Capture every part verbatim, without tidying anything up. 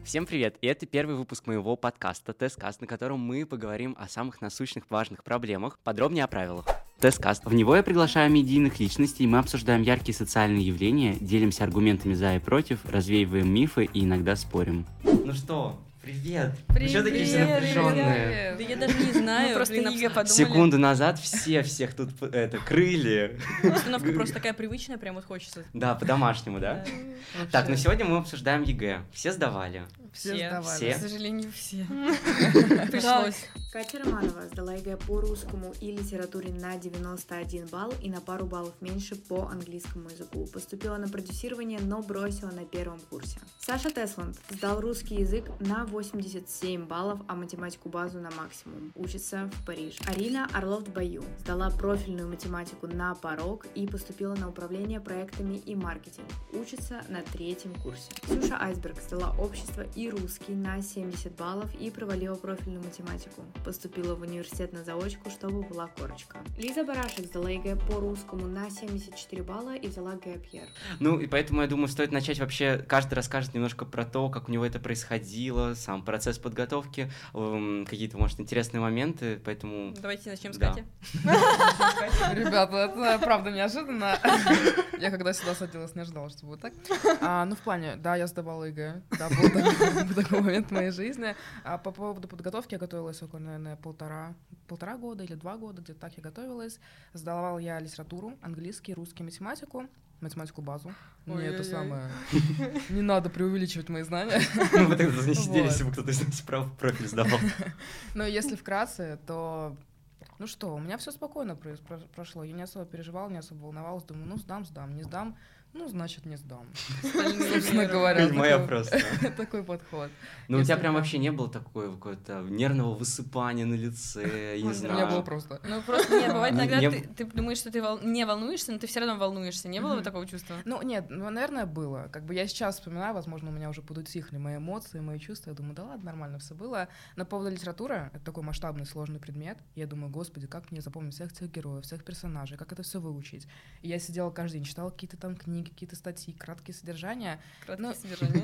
Всем привет! И это первый выпуск моего подкаста «Тесткаст», на котором мы поговорим о самых насущных важных проблемах, подробнее о правилах. Тесткаст. В него я приглашаю медийных личностей, мы обсуждаем яркие социальные явления, делимся аргументами за и против, развеиваем мифы и иногда спорим. Ну что, привет! Привет! Что такие все напряженные? Да я даже не знаю. Мы просто Ига подумали. Секунду назад все всех тут это крыли. Обстановка просто такая привычная, прям вот хочется. Да, по-домашнему, да? Так, ну сегодня мы обсуждаем ЕГЭ. Все сдавали? Все Все. сдавали. Все? К сожалению, все. Пришлось. Катя Романова сдала ЕГЭ по русскому и литературе на девяносто один балл и на пару баллов меньше по английскому языку. Поступила на продюсирование, но бросила на первом курсе. Саша Тесланд сдал русский язык на восемьдесят семь баллов, а математику базу на максимум. Учится в Париже. Арина Орлов-Баю сдала профильную математику на порог и поступила на управление проектами и маркетинг. Учится на третьем курсе. Ксюша Айсберг сдала общество и русский на семьдесят баллов и провалила профильную математику. Поступила в университет на заочку, чтобы была корочка. Лиза Барашек сдала ЕГЭ по русскому на семьдесят четыре балла и взяла гэп йир. Ну, и поэтому, я думаю, стоит начать вообще, каждый расскажет немножко про то, как у него это происходило, сам процесс подготовки, эм, какие-то, может, интересные моменты, поэтому... Давайте начнем с Да. Кати. Ребята, это правда неожиданно. Я когда сюда садилась, не ожидала, что будет так. А, ну, в плане, да, я сдавала ЕГЭ. Да, был такой, такой момент в моей жизни. А по поводу подготовки я готовилась около, наверное, полтора, полтора года или два года, где-то так я готовилась. Сдавала я литературу, английский, русский, математику. Математику базу. Не это самое. Не надо преувеличивать мои знания. Ну, вы тогда не сидели, Вот. если бы кто-то из нас прав- профиль сдавал. Но если вкратце, то... Ну что, у меня все спокойно проис- про- прошло. Я не особо переживала, не особо волновалась. Думаю, ну сдам, сдам, не сдам. Ну, значит, не сдам. Собственно говоря. Хоть моя такой- просто. Такой подход. Ну, у тебя Если прям прям- вообще не было такого какого-то нервного высыпания на лице, я не У знаю. меня было просто. Ну просто нет, бывает Не- иногда не- ты, ты думаешь, что ты вол- не волнуешься, но ты все равно волнуешься. Не было Мгм. вот такого чувства? Ну, нет, ну, наверное, было. Как бы я сейчас вспоминаю, возможно, у меня уже подутихли мои эмоции, мои чувства. Я думаю, да ладно, нормально все было. Но по поводу литературы, это такой масштабный, сложный предмет. Я думаю, господи, как мне запомнить всех этих героев, всех персонажей, как это все выучить. И я сидела каждый день, читала какие-то там книги, какие-то статьи, краткие содержания. Краткое Ну, содержание.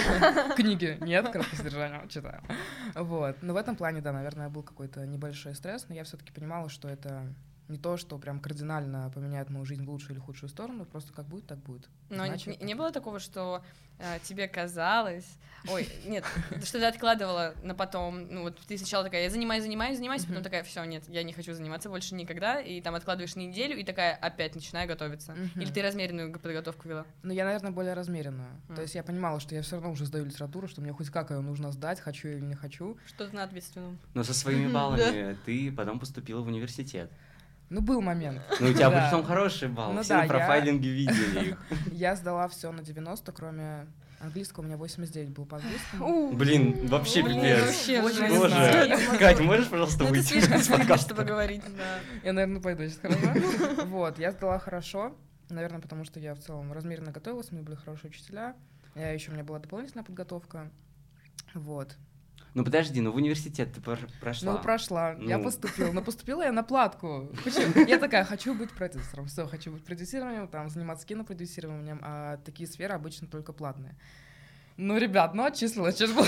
Книги нет, краткое содержание читаю. Вот. Но в этом плане, да, наверное, был какой-то небольшой стресс, но я все-таки понимала, что это не то, что прям кардинально поменяет мою жизнь в лучшую или худшую сторону, просто как будет, так будет. Но не, Значит, не было такого, что э, тебе казалось... Ой, нет, что ты откладывала на потом. Ну вот ты сначала такая, я занимаюсь, занимаюсь, занимаюсь, потом Мгм. такая, все, нет, я не хочу заниматься больше никогда, и там откладываешь неделю, и такая опять начинаю готовиться. Мгм. Или ты размеренную подготовку вела? Ну, я, наверное, более размеренную. М. То есть я понимала, что я все равно уже сдаю литературу, что мне хоть как ее нужно сдать, хочу или не хочу. Что-то на ответственном. Но со своими баллами ты потом поступила в университет. Ну, был момент. Ну, у тебя Да. причем хорошие баллы, Ну все да, на я- профайлинге видели их. Я сдала все на девяносто, кроме английского, у меня восемьдесят девять был по английскому. Блин, вообще Блин, пипец. вообще Очень жесть. Боже. знаю. Кать, можешь, пожалуйста, Ну, это выйти слишком из стыдно, подкаста? чтобы говорить, да. Я, наверное, пойду сейчас, хорошо? Вот, я сдала хорошо, наверное, потому что я в целом размеренно готовилась, у меня были хорошие учителя, я еще у меня была дополнительная подготовка, вот. Ну, подожди, ну в университет ты пор- прошла. Ну, прошла, я Ну. поступила, но поступила я на платку. Почему? Я такая, хочу быть продюсером, все, хочу быть продюсированием, там, заниматься кинопродюсированием, а такие сферы обычно только платные. Ну, ребят, ну, отчислилась, честно.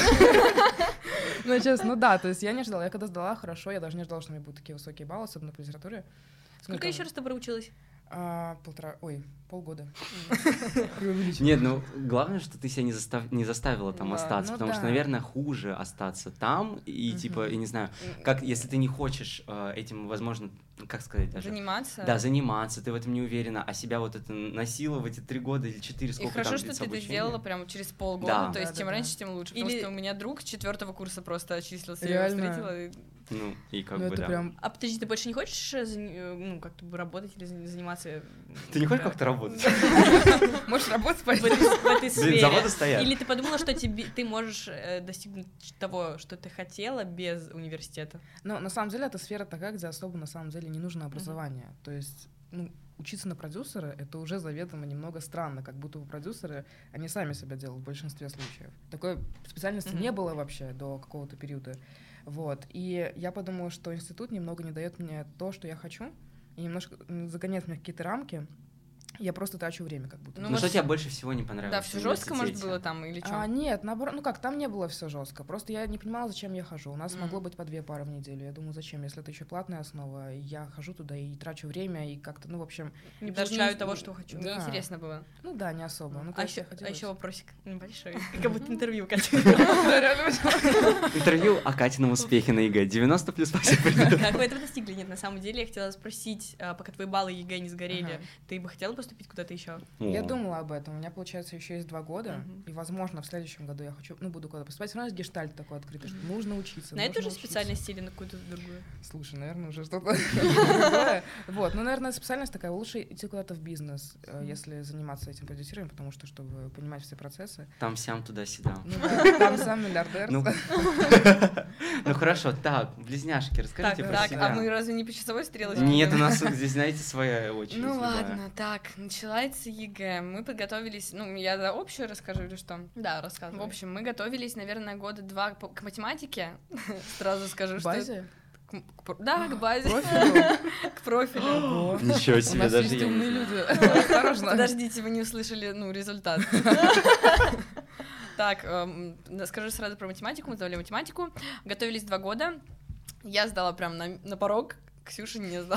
Ну, честно, ну да, то есть я не ждала, я когда сдала хорошо, я даже не ждала, что у меня будут такие высокие баллы, особенно по литературе. Сколько еще раз ты проучилась? А, полтора, ой, полгода. Нет, ну главное, что ты себя не, застав... не заставила там Да, остаться, ну потому что, да. наверное, хуже остаться там и Мгм. типа, я не знаю, как если ты не хочешь э, этим, возможно, как сказать даже. Заниматься? Да, заниматься, ты в этом не уверена, а себя вот это носила в эти три года или четыре, И сколько хорошо, там что длится ты это обучение. сделала прямо через полгода, Да. то есть Да, чем да, раньше, тем лучше. Потому Или- что у меня друг с четвертого курса просто отчислился, я его Реально? встретила. и- Ну, и как Ну, бы, это да. прям... А подожди, ты больше не хочешь э, зани- э, ну, как-то бы работать или за- заниматься? э, Ты не хочешь да, как-то работать? Можешь работать в пойти? этой, в этой Блин, сфере? заводы стоят. Или ты подумала, что тебе, ты можешь э, достигнуть того, что ты хотела без университета? Но на самом деле эта сфера такая, где особо на самом деле не нужно образование. То есть, ну, учиться на продюсера — это уже заведомо немного странно, как будто бы продюсеры, они сами себя делают в большинстве случаев. Такой специальности Мгм. не было вообще до какого-то периода. Вот. И я подумала, что институт немного не дает мне то, что я хочу, и немножко м, загоняет меня в какие-то рамки. я просто трачу время как будто. Ну, Ну, может, что тебе больше всего не понравилось? Да, все в жестко, может, университете? было там или что? А, нет, наоборот, ну как, там не было все жестко. Просто я не понимала, зачем я хожу. У нас Мгм. могло быть по две пары в неделю. Я думаю, зачем, если это еще платная основа, я хожу туда и трачу время, и как-то, ну, в общем, Не даже получаю не- того, что хочу. Да. Мне интересно было. ну да, не особо. Ну, А еще, конечно, а еще хотелось. вопросик небольшой, как будто интервью, Катя. Интервью о Катином успехе на ЕГЭ. девяносто плюс спасибо. Как вы этого достигли? Нет, на самом деле я хотела спросить, а, пока твои баллы ЕГЭ не сгорели, Ага. ты бы хотела поступить куда-то еще? Я О. думала об этом. У меня, получается, еще есть два года, Мгм. и, возможно, в следующем году я хочу, ну, буду куда-то поступать. Все равно есть гештальт такой открытый, что нужно учиться. На эту нужно же учиться. специальность или на какую-то другую? Слушай, наверное, уже что-то другое. Вот, ну, наверное, специальность такая, лучше идти куда-то в бизнес, э, если заниматься этим продюсированием, потому что, чтобы понимать все процессы. Там сям туда-сюда. Ну, да, там сам миллиардер. Ну, ну хорошо, так, близняшки, расскажите Так, про так, себя. а мы разве не по часовой стрелочке? Нет, у нас здесь, знаете, своя очередь. Ну любая. ладно, так, началась ЕГЭ. Мы подготовились, ну, я за общую расскажу или что? Да, рассказывай. В общем, мы готовились, наверное, года два по- к математике. Сразу скажу, В что... базе? к- к пр- Да, к базе. Профилю? К профилю. Ого. Ничего У себе, нас даже есть я не умные знаю. люди. Осторожно. Подождите, вы не услышали, ну, результат. Так, эм, да, скажу сразу про математику. Мы сдавали математику. Готовились два года. Я сдала прям на, на порог. Ксюша не сдала.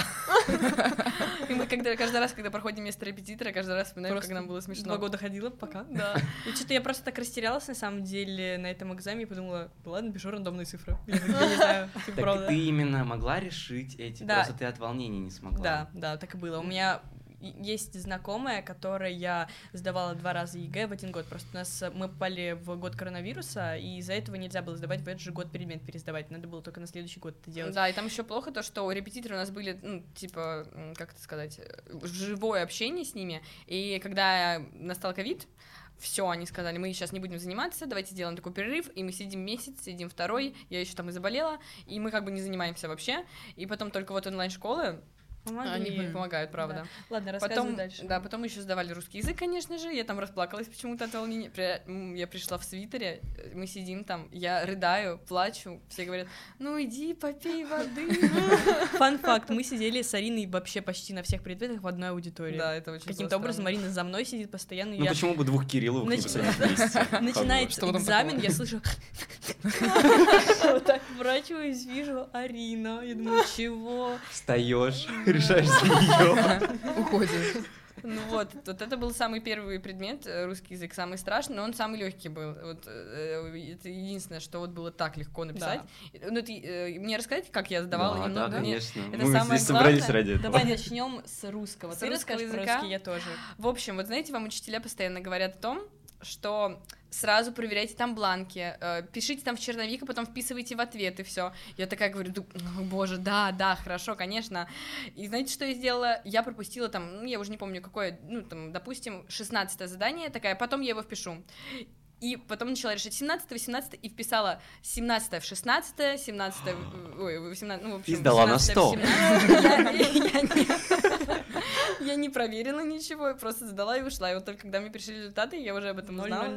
И мы когда, каждый раз, когда проходим место репетитора, каждый раз вспоминаем, Просто как нам было смешно. Два года ходила пока. Да. И что-то я просто так растерялась на самом деле на этом экзамене и подумала, да ладно, пишу рандомные цифры. Я, я не знаю, типа, Так правда. ты именно могла решить эти, Да. просто ты от волнения не смогла. Да, да, так и было. У меня и- есть знакомая, которая сдавала два раза ЕГЭ в один год. Просто у нас э, мы попали в год коронавируса, и из-за этого нельзя было сдавать в этот же год предмет пересдавать. Надо было только на следующий год это делать. Да, и там еще плохо то, что репетиторы у нас были, ну, типа, м, как это сказать, э, живое общение с ними. И когда настал ковид, все, они сказали, мы сейчас не будем заниматься, давайте сделаем такой перерыв, и мы сидим месяц, сидим второй, я еще там и заболела, и мы как бы не занимаемся вообще, и потом только вот онлайн-школы, они Помогли. помогают, правда. Да. Ладно, рассказывай Потом, дальше. да, потом еще сдавали русский язык, конечно же. Я там расплакалась почему-то от волнения. При- м, Я пришла в свитере, э, мы сидим там, я рыдаю, плачу. Все говорят, ну иди попей воды. Фан факт, мы сидели с Ариной вообще почти на всех предметах в одной аудитории. Да, это очень Каким-то образом странно. Марина за мной сидит постоянно. Ну я... почему бы двух Кирилловых не Нач- посадить вместе? Начинается Что там экзамен, такого? я слышу... Вот так поворачиваюсь, вижу Арина. Я думаю, чего? Встаешь, решаешь за нее. Уходишь. Ну вот, вот это был самый первый предмет, э, русский язык, самый страшный, но он самый легкий был. Вот, э, это единственное, что вот было так легко написать. Ну, это, э, мне рассказать, как я сдавала Да, немного? да, конечно. это Мы самое здесь собрались главное. ради этого. Давай начнем с русского. С Ты русского расскажешь про языка? русский, я тоже. В общем, вот знаете, вам учителя постоянно говорят о том, что сразу проверяйте там бланки, э, пишите там в черновик, а потом вписывайте в ответ, и все. Я такая говорю, «Ду- о, боже, да, да, хорошо, конечно. И знаете, что я сделала? Я пропустила там, ну, я уже не помню, какое, ну, там, допустим, шестнадцатое задание, такая, потом я его впишу. И потом начала решать семнадцатое, восемнадцатое, и вписала семнадцатое в шестнадцатое, семнадцатое, в- ой, восемнадцатое, ну, в общем, И сдала на семнадцатое в сто. семнадцатое. Я- я не- Я не проверила ничего, я просто сдала и ушла. И вот только когда мне пришли результаты, я уже об этом узнала.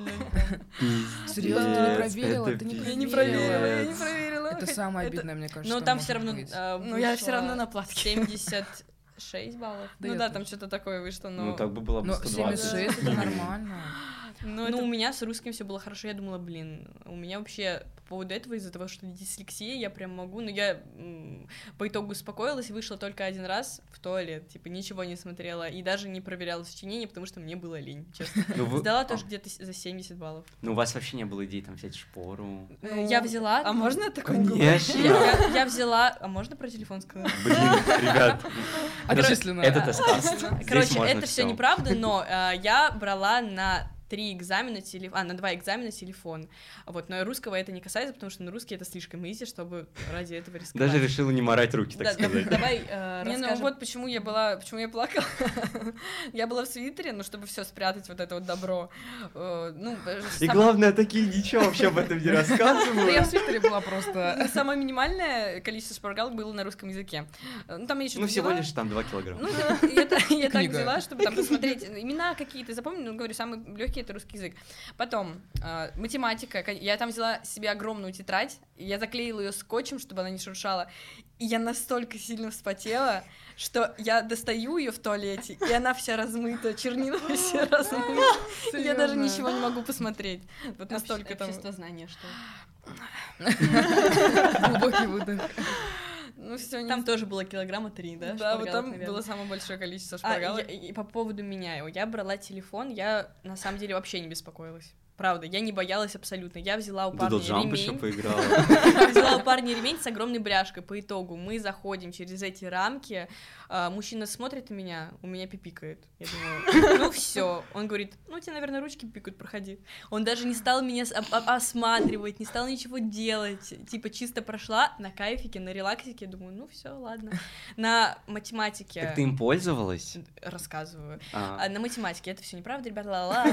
Серьезно, ты не Пиздец, проверила? это Ты не Я не пиздец. проверила, я не проверила. Это самое обидное, мне кажется. Но что там может все равно быть. э, Ну, я вышло все равно на платке. семьдесят шесть баллов. Да Ну я да, тоже. там что-то такое вышло, но... Ну так бы было бы Но сто двадцать. семьдесят шесть это минимум. нормально. Ну, Ну, это- у меня с русским все было хорошо. Я думала, блин, у меня вообще по поводу этого, из-за того, что дислексия, я прям могу. Но я м, по итогу успокоилась и вышла только один раз в туалет. Типа, ничего не смотрела и даже не проверяла сочинение, потому что мне было лень, честно. Ну, вы- Сдала а, тоже где-то с- за семьдесят баллов. Ну у вас вообще не было идей там взять шпору. Ну, Я взяла... А можно такое? Конечно. Я, я- я взяла... А можно про телефон сказать? Блин, ребят. Отчислено. Это тест-каст. Здесь Короче, можно это все всё. неправда, но э, я брала на три экзамена телефон, а, на два экзамена телефон. Вот, но русского это не касается, потому что на русский это слишком изи, чтобы ради этого рисковать. Даже решила не морать руки, Да, так да, сказать. давай э, Не, ну расскажем. вот почему я была, почему я плакала. Я была в свитере, ну, чтобы все спрятать, вот это вот добро. Э, Ну, э, И сам- главное, такие ничего вообще об этом не Да я рассказывают. в свитере была просто. ну, самое минимальное количество шпаргалок было на русском языке. Э, Ну, там я еще Ну всего лишь там два килограмма. Ну, да, я, та- я так Книга. взяла, чтобы там посмотреть имена какие-то, запомнила, ну, говорю, самые легкие это русский язык. Потом, э, математика, я там взяла себе огромную тетрадь, я заклеила ее скотчем, чтобы она не шуршала, и я настолько сильно вспотела, что я достаю ее в туалете, и она вся размыта, чернила все размыты, я даже ничего не могу посмотреть, вот настолько там... Общество знания, что Глубокий выдох. Ну, все, там не... тоже было килограмма три, да? Да, вот там наверное. Было самое большое количество шпаргалок. А, и, и по поводу меня, я брала телефон, я на самом деле вообще не беспокоилась. Правда, я не боялась абсолютно. Я взяла у парня ремень. еще поиграла. Взяла у парня ремень с огромной бляшкой. По итогу мы заходим через эти рамки. Мужчина смотрит на меня, у меня пипикает. Я думаю, ну все. Он говорит, ну тебе, наверное, ручки пикают, проходи. Он даже не стал меня осматривать, не стал ничего делать. Типа чисто прошла на кайфике, на релаксике. Думаю, ну все, ладно. На математике... Так ты им пользовалась? Рассказываю. А. На математике это все неправда, ребята, ла-ла.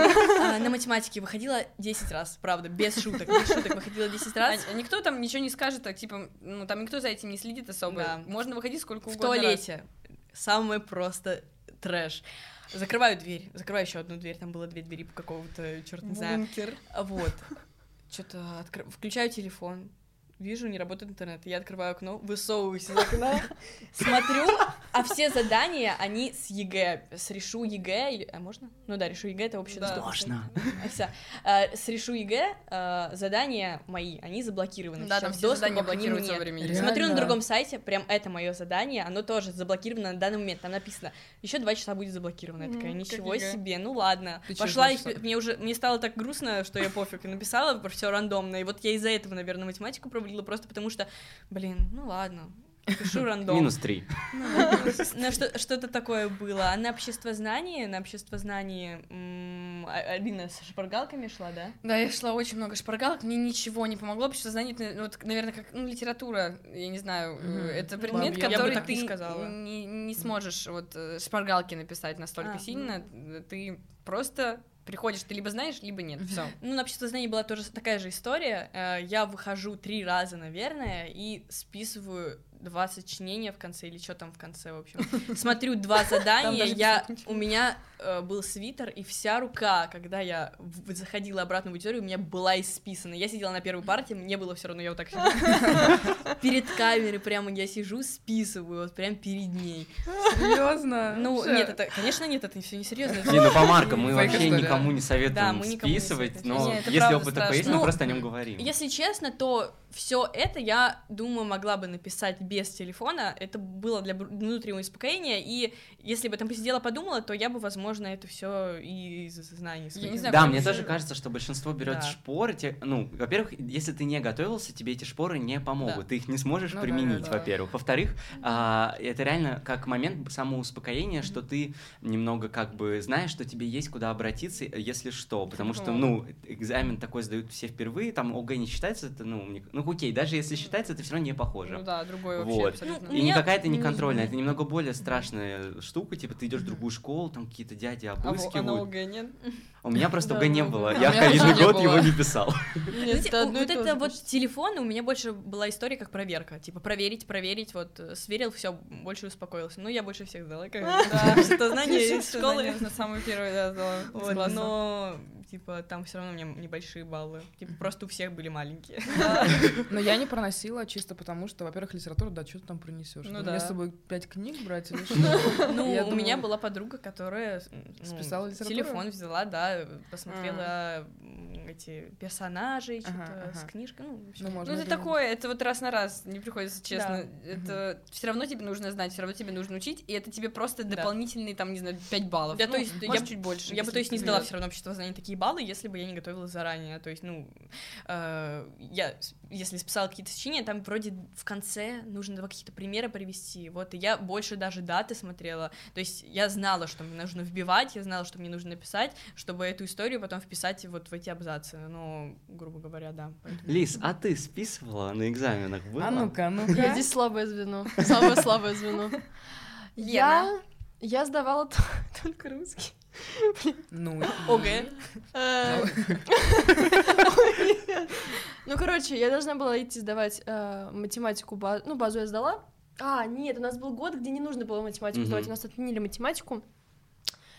На математике выходила десять раз, правда, без шуток, без шуток выходила десять раз. А, никто там ничего не скажет, а, типа, ну, там никто за этим не следит особо. Да. Можно выходить сколько в угодно. В туалете. Раз. Самое просто трэш. Закрываю дверь, закрываю еще одну дверь, там было две двери какого-то, черт не знаю. Бункер. Вот. Что-то откр... включаю телефон. Вижу, не работает интернет. Я открываю окно, высовываюсь из окна, смотрю, а все задания, они с ЕГЭ, с решу ЕГЭ, или... а можно? Ну да, решу ЕГЭ, это вообще да. Можно. Все. А, с решу ЕГЭ а, задания мои, они заблокированы. Да, там все задания блокируются во время. Смотрю на другом сайте, прям это мое задание, оно тоже заблокировано на данный момент, там написано, еще два часа будет заблокировано. Я такая, ничего себе, ну ладно. Ты пошла, и мне уже, мне стало так грустно, что я пофиг, и написала все рандомно, и вот я из-за этого, наверное, математику провалила, просто потому что, блин, ну ладно, пишу рандом. Минус три. Ну, на что, что-то такое было. А на обществознании, на обществознании м- Алина с шпаргалками шла, да? Да, я шла очень много шпаргалок, мне ничего не помогло, обществознание, вот, наверное, как, ну, литература, я не знаю, mm-hmm. это предмет, ну, который ты не, не сможешь вот шпаргалки написать настолько а, сильно, ну... ты просто... приходишь, ты либо знаешь, либо нет, все. Ну, на обществознании была тоже такая же история. Я выхожу три раза, наверное, и списываю два сочинения в конце, или что там в конце, в общем. Смотрю два задания, я, у меня э, был свитер, и вся рука, когда я в, заходила обратно в аудиторию, у меня была исписана. Я сидела на первой партии, мне было все равно, я вот так перед камерой прямо я сижу, списываю, вот прям перед ней. Серьезно? Ну, нет, это, конечно, нет, это все не серьезно. Не, ну по маркам мы вообще никому не советуем да, мы списывать, не но если опыт такой есть, мы просто о нем говорим. Если честно, то все это я, думаю, могла бы написать без телефона, это было для внутреннего успокоения, и если бы я там посидела, подумала, то я бы, возможно, это все и из знаний. Я не знаю, да, мне тоже кажется, что большинство берет да. шпоры, те, ну, во-первых, если ты не готовился, тебе эти шпоры не помогут, да. ты их не сможешь ну, применить, да, да, во-первых. Во-вторых, а, это реально как момент самоуспокоения, mm-hmm. что ты немного как бы знаешь, что тебе есть куда обратиться, если что, потому что, ну, экзамен такой сдают все впервые, там ОГЭ не считается, это, ну, не, ну, окей, даже если считается, это все равно не похоже. Ну да, другой вообще вот. абсолютно. И не какая-то не контрольная, это немного более страшная штука, типа ты идешь в другую школу, там какие-то дяди обыскивают. А на ОГЭ нет? У меня просто ОГЭ не было, я в ковидный год его не писал. Вот это вот телефон, у меня больше была история как проверка, типа проверить, проверить, вот сверил, все, больше успокоился. Ну, я больше всех сдала, что знания из школы. На самый первый, да, сдала. Но типа, там все равно у меня небольшие баллы. Типа, просто у всех были маленькие. Но я не проносила чисто потому, что, во-первых, литература, да, что ты там пронесешь? Ну да. Мне с собой пять книг брать или что? Ну, у меня была подруга, которая списала литературу? Телефон взяла, да, посмотрела эти персонажей, что-то с книжкой, ну, ну, это такое, это вот раз на раз, не приходится, честно. Это все равно тебе нужно знать, все равно тебе нужно учить, и это тебе просто дополнительные, там, не знаю, пять баллов. Да, то есть я чуть больше. Я бы, то есть, не сдала все равно обществознание такие баллы, если бы я не готовилась заранее. То есть, ну, э, я, если списала какие-то сочинения, там вроде в конце нужно какие-то примеры привести. Вот, и я больше даже даты смотрела. То есть я знала, что мне нужно вбивать, я знала, что мне нужно написать, чтобы эту историю потом вписать вот в эти абзацы. Ну, грубо говоря, да. Поэтому... Лиз, а ты списывала на экзаменах? Было? А ну-ка, а ну-ка. Я здесь слабое звено. Самое слабое звено. Я... Я сдавала только русский. Ну, ОГЭ. Ну, короче, я должна была идти сдавать математику, ну, базу я сдала. А, нет, у нас был год, где не нужно было математику сдавать, у нас отменили математику.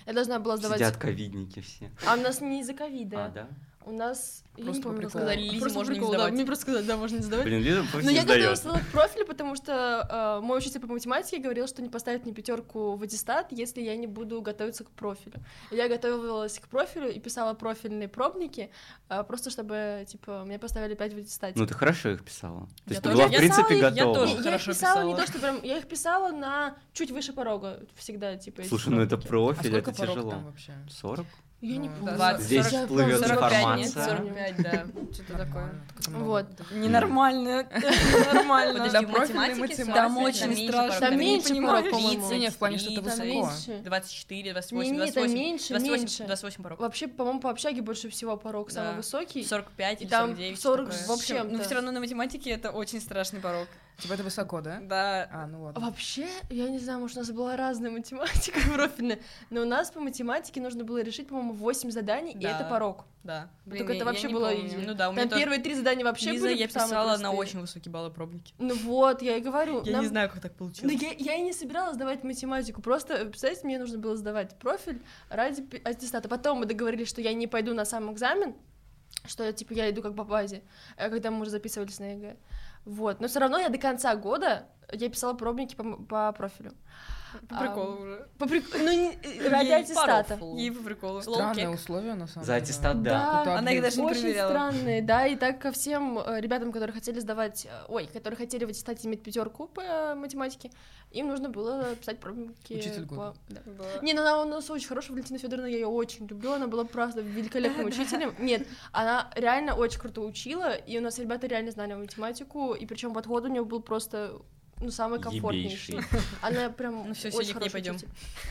Я должна была сдавать... Сидят ковидники все. А у нас не из-за ковида. А, да? У нас... Я Просто не помню, по как приколу. сказали. Лизе Просто по можно не приколу, да. сдавать. Мне просто сказали, да, можно не сдавать. Блин, Лиза просто Но не я готовилась сдаёт. к профилю, потому что э, мой учитель по математике говорил, что не поставит мне пятерку в аттестат, если я не буду готовиться к профилю. Я готовилась к профилю и писала профильные пробники, э, просто чтобы, типа, мне поставили пять в аттестате. Ну, ты хорошо их писала. То Я есть ты тоже- была, в я принципе, писала их, я готова. тоже. Не, я их хорошо писала не писала. то, что прям... Я их писала на чуть выше порога всегда, типа, эти Слушай, ну это пробники. А профиль, сколько это порог тяжело. там вообще? сорок? Я не Ну, помню. двадцать, Здесь Я всплывет помню. сорок пять, нет, информация. сорок пять, да, что-то такое. Нормально, так это много. Вот. Ненормально, ненормально. Подожди, Подожди, в профильные математике математики. там Там очень очень страшно. Там меньше порог, по-моему. тридцать, Не, в плане, что это Там высоко. меньше. двадцать четыре, двадцать восемь, Не-не, двадцать там восемь, меньше, двадцать восемь, меньше. двадцать восемь порог. Вообще, по-моему, по общаге больше всего порог Да. самый высокий. сорок пять И или там сорок девять. сорок такое. с В общем, чем-то. но все равно на математике это очень страшный порог. Типа это высоко, да? Да. А, ну ладно. Вообще, я не знаю, может, у нас была разная математика профильная, но у нас по математике нужно было решить, по-моему, восемь заданий, и Да. это порог. Да. Только я- это вообще я не было помню. easy. Ну да, у меня Там тоже- первые три задания вообще Лиза, были я самые писала на простые. очень высокие баллы пробники. Ну вот, я и говорю. Я нам- не знаю, как так Ну, получилось. я, я и не собиралась сдавать математику, просто, представьте, мне нужно было сдавать профиль ради пи- аттестата. Потом мы договорились, что я не пойду на сам экзамен, что я, типа, я иду как по базе, э, когда мы уже записывались на ЕГЭ. Вот, но все равно я до конца года я писала пробники по, м- по профилю. По приколу уже. По прик- Ну, не- ради Ей аттестата. по рофлу. Ей по приколу. Странные Лол-кек. условия, на самом За деле. аттестат, да. Да, Она их даже не очень проверяла. странные, да, и так ко всем э, ребятам, которые хотели сдавать, э, ой, которые хотели в аттестате иметь пятерку по э, математике, им нужно было писать пробники. Учитель по- года. да. Да. Не, ну она у нас очень хорошая, Валентина Федоровна, я ее очень люблю, она была просто великолепным учителем. Нет, она реально очень круто учила, и у нас ребята реально знали математику, и причем подход у нее был просто, ну, самый комфортнейший. Ебейший. Она прям Ну всё, очень сегодня к ней хороший пойдём. учитель.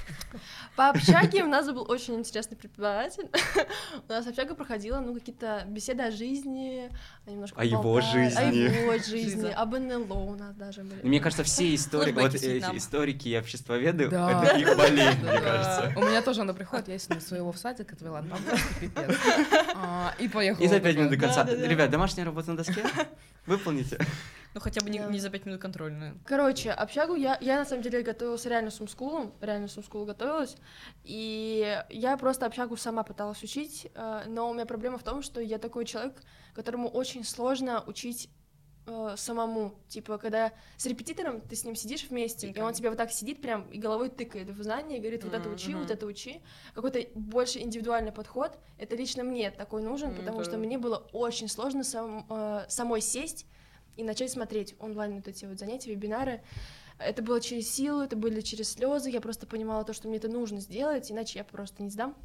По общаге у нас был очень интересный преподаватель. У нас общага проходила, ну, какие-то беседы о жизни, немножко О его поболтали, жизни. О его жизни, Жиза. об эн эл о у нас даже были. Мне кажется, все истории, Флешбеки вот с эти Вьетнама. историки и обществоведы, Да. это их болезнь, мне Да. кажется. У меня тоже она приходит, я с ним своего в садик отвела, там просто пипец. А, И поехала. И за пять минут до такая. конца. Да, да, да. Ребят, домашняя работа на доске? Выполните. Ну хотя бы не, Да. не за пять минут контрольную. Короче, общагу я, я на самом деле готовилась реально с умскулом, реально с умскулом готовилась, и я просто общагу сама пыталась учить, э, но у меня проблема в том, что я такой человек, которому очень сложно учить э, самому, типа, когда с репетитором ты с ним сидишь вместе, и он тебе вот так сидит прям и головой тыкает в знания, и говорит, вот это учи, Мгм. вот это учи, какой-то больше индивидуальный подход, это лично мне такой нужен, М, потому да. что мне было очень сложно сам, э, самой сесть и начать смотреть онлайн вот эти вот занятия, вебинары. Это было через силу, это были через слезы. Я просто понимала то, что мне это нужно сделать, иначе я просто не сдам.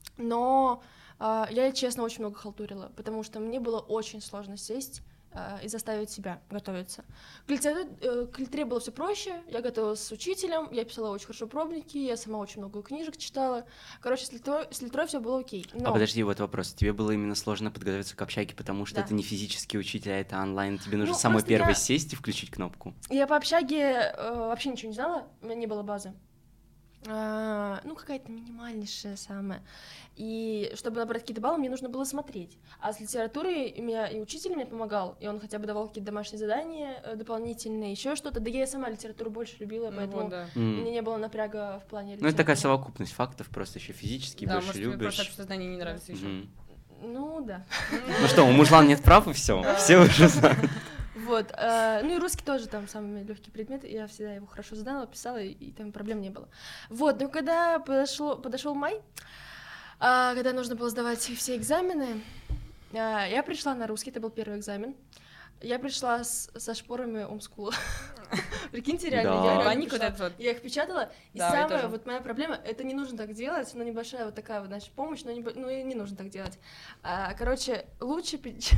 Но а, я, честно, очень много халтурила, потому что мне было очень сложно сесть а, и заставить себя готовиться. К литературе, э, к литературе было все проще. Я готовилась с учителем, я писала очень хорошо пробники, я сама очень много книжек читала. Короче, с литературой, с литературой все было окей. Но... А подожди, вот вопрос. Тебе было именно сложно подготовиться к общаге, потому что Да. это не физический учитель, а это онлайн. Тебе нужно Ну, самой просто первой я- сесть и включить кнопку. Я по общаге э, вообще ничего не знала, у меня не было базы. А, ну, какая-то минимальнейшая самая. И чтобы набрать какие-то баллы, мне нужно было смотреть. А с литературой у меня и учитель мне помогал, и он хотя бы давал какие-то домашние задания э, дополнительные, еще что-то. Да я и сама литературу больше любила, Ну поэтому вот, да. у М. меня не было напряга в плане Ну, литературы. это такая совокупность фактов, просто еще физически Да, больше может, тебе просто любишь. общество знаний не нравится еще. Мгм. Ну, да. Ну что, у мужлан нет прав и все. Все уже знают. Вот, э, ну и русский тоже там самый легкий предмет, я всегда его хорошо знала, писала, и, и там проблем не было. Вот, но когда подошло, подошел май, а, когда нужно было сдавать все экзамены, а, я пришла на русский, это был первый экзамен, я пришла с- со шпорами умскула. Прикиньте, реально, Да. я реально Паник вот пришла. этот вот. Я их печатала, и Да, я самая тоже. вот моя проблема, это не нужно так делать, но небольшая вот такая вот, значит, помощь, но не, бо- ну, и не нужно так делать. А, короче, лучше печатать.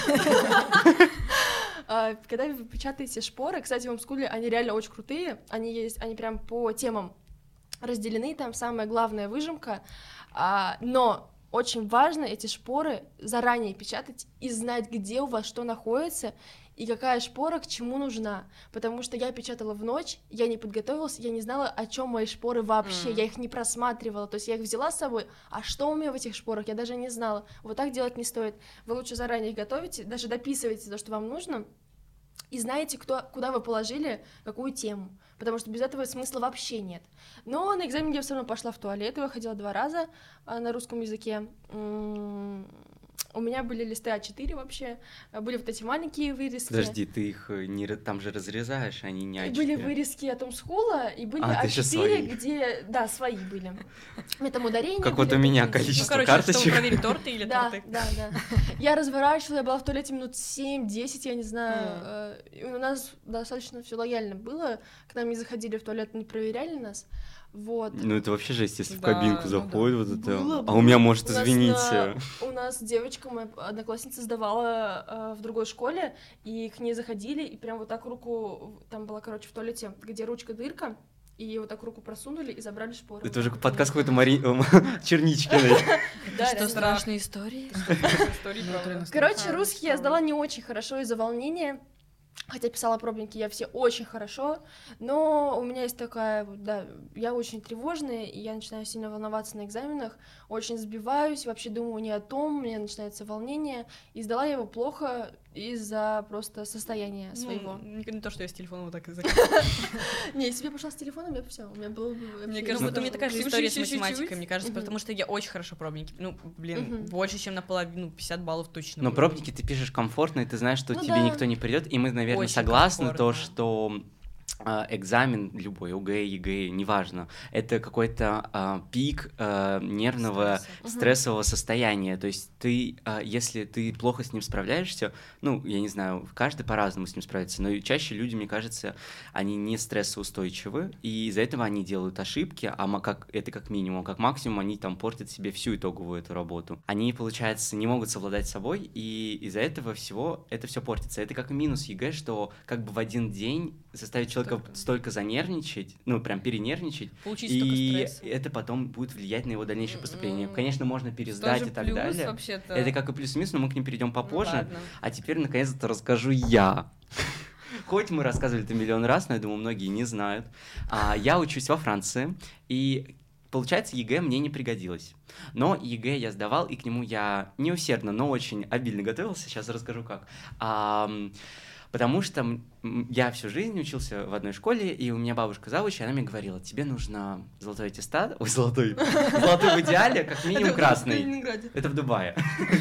А, Когда вы печатаете шпоры, кстати, в Омскуле они реально очень крутые, они есть, они прям по темам разделены, там самая главная выжимка, а, но очень важно эти шпоры заранее печатать и знать, где у вас что находится и какая шпора к чему нужна, потому что я печатала в ночь, я не подготовилась, я не знала, о чем мои шпоры вообще, Мгм. я их не просматривала, то есть я их взяла с собой, а что у меня в этих шпорах, я даже не знала, вот так делать не стоит, вы лучше заранее их готовите, даже дописывайте то, что вам нужно, и знаете, кто, куда вы положили какую тему, потому что без этого смысла вообще нет. Но на экзамене я все равно пошла в туалет, и выходила два раза а, на русском языке. М- У меня были листы а четыре вообще, были вот эти маленькие вырезки. Подожди, ты их не, там же разрезаешь, они не а четыре. Были вырезки о том скула, и были а, а четыре, где... Да, свои были. Мне там ударения Как были, вот у меня такие. количество Ну, короче, карточек. чтобы проверить, торты или Да, торты. да, да. Я разворачивала, я была в туалете минут семь-десять, я не знаю. И у нас достаточно все лояльно было, к нам не заходили в туалет, не проверяли нас. Вот. Ну, это вообще жесть, если в Да, кабинку ну заходит вот это. Было, А было. у меня, может, У нас извините. на- У нас девочка, моя одноклассница, сдавала э, в другой школе, и к ней заходили, и прям вот так руку, там была, короче, в туалете, где ручка дырка, и вот так руку просунули и забрали шпоры. Это уже Вот так подкаст вот. какой-то Мари... Черничкиной. Да, Что, реально. страшные истории? Истории, правда. Короче, русский я сдала не очень хорошо из-за волнения. Хотя писала пробники я все очень хорошо, но у меня есть такая, вот, да, я очень тревожная, и я начинаю сильно волноваться на экзаменах, очень сбиваюсь, вообще думаю не о том, у меня начинается волнение, и сдала я его плохо из-за просто состояния своего. Ну, не, не то, что я с телефона вот так и Не, если бы я пошла с телефоном, я бы все, у меня было бы... Мне вообще- кажется, вот у меня такая же Чуть-чуть, история с чуть-чуть. математикой, мне кажется, Мгм. потому что я очень хорошо пробники. Ну, блин, Мгм. больше, чем наполовину, пятьдесят баллов точно. Но было. пробники ты пишешь комфортно, и ты знаешь, что Ну тебе да. никто не придет. И мы, наверное, Очень согласны, то, комфортно. что а, экзамен любой, ОГЭ, ЕГЭ, неважно, это какой-то а, пик а, нервного, Стресса. Мгм. стрессового состояния. То есть ты, а, если ты плохо с ним справляешься, ну, я не знаю, каждый по-разному с ним справится, но чаще люди, мне кажется, они не стрессоустойчивы, и из-за этого они делают ошибки, а ма- как, это как минимум, как максимум они там портят себе всю итоговую эту работу. Они, получается, не могут совладать с собой, и из-за этого всего это все портится. Это как минус ЕГЭ, что как бы в один день заставить человека Столько. столько занервничать, ну, прям перенервничать, Получить и столько стресса. это потом будет влиять на его дальнейшее поступление. М, Конечно, можно пересдать Тоже и так плюс, далее. вообще-то. Это как и плюс-минус, но мы к ним перейдем Ну попозже. ладно. А теперь, наконец-то, расскажу я. Хоть мы рассказывали это миллион раз, но я думаю, многие не знают. А, я учусь во Франции, и получается, ЕГЭ мне не пригодилось. Но ЕГЭ я сдавал, и к нему я не усердно, но очень обильно готовился. Сейчас расскажу как. Ам, Потому что м, м, я всю жизнь учился в одной школе, и у меня бабушка завуч, и она мне говорила, тебе нужно золотой аттестат, ой, золотой, золотой в идеале, как минимум красный. Это в Дубае.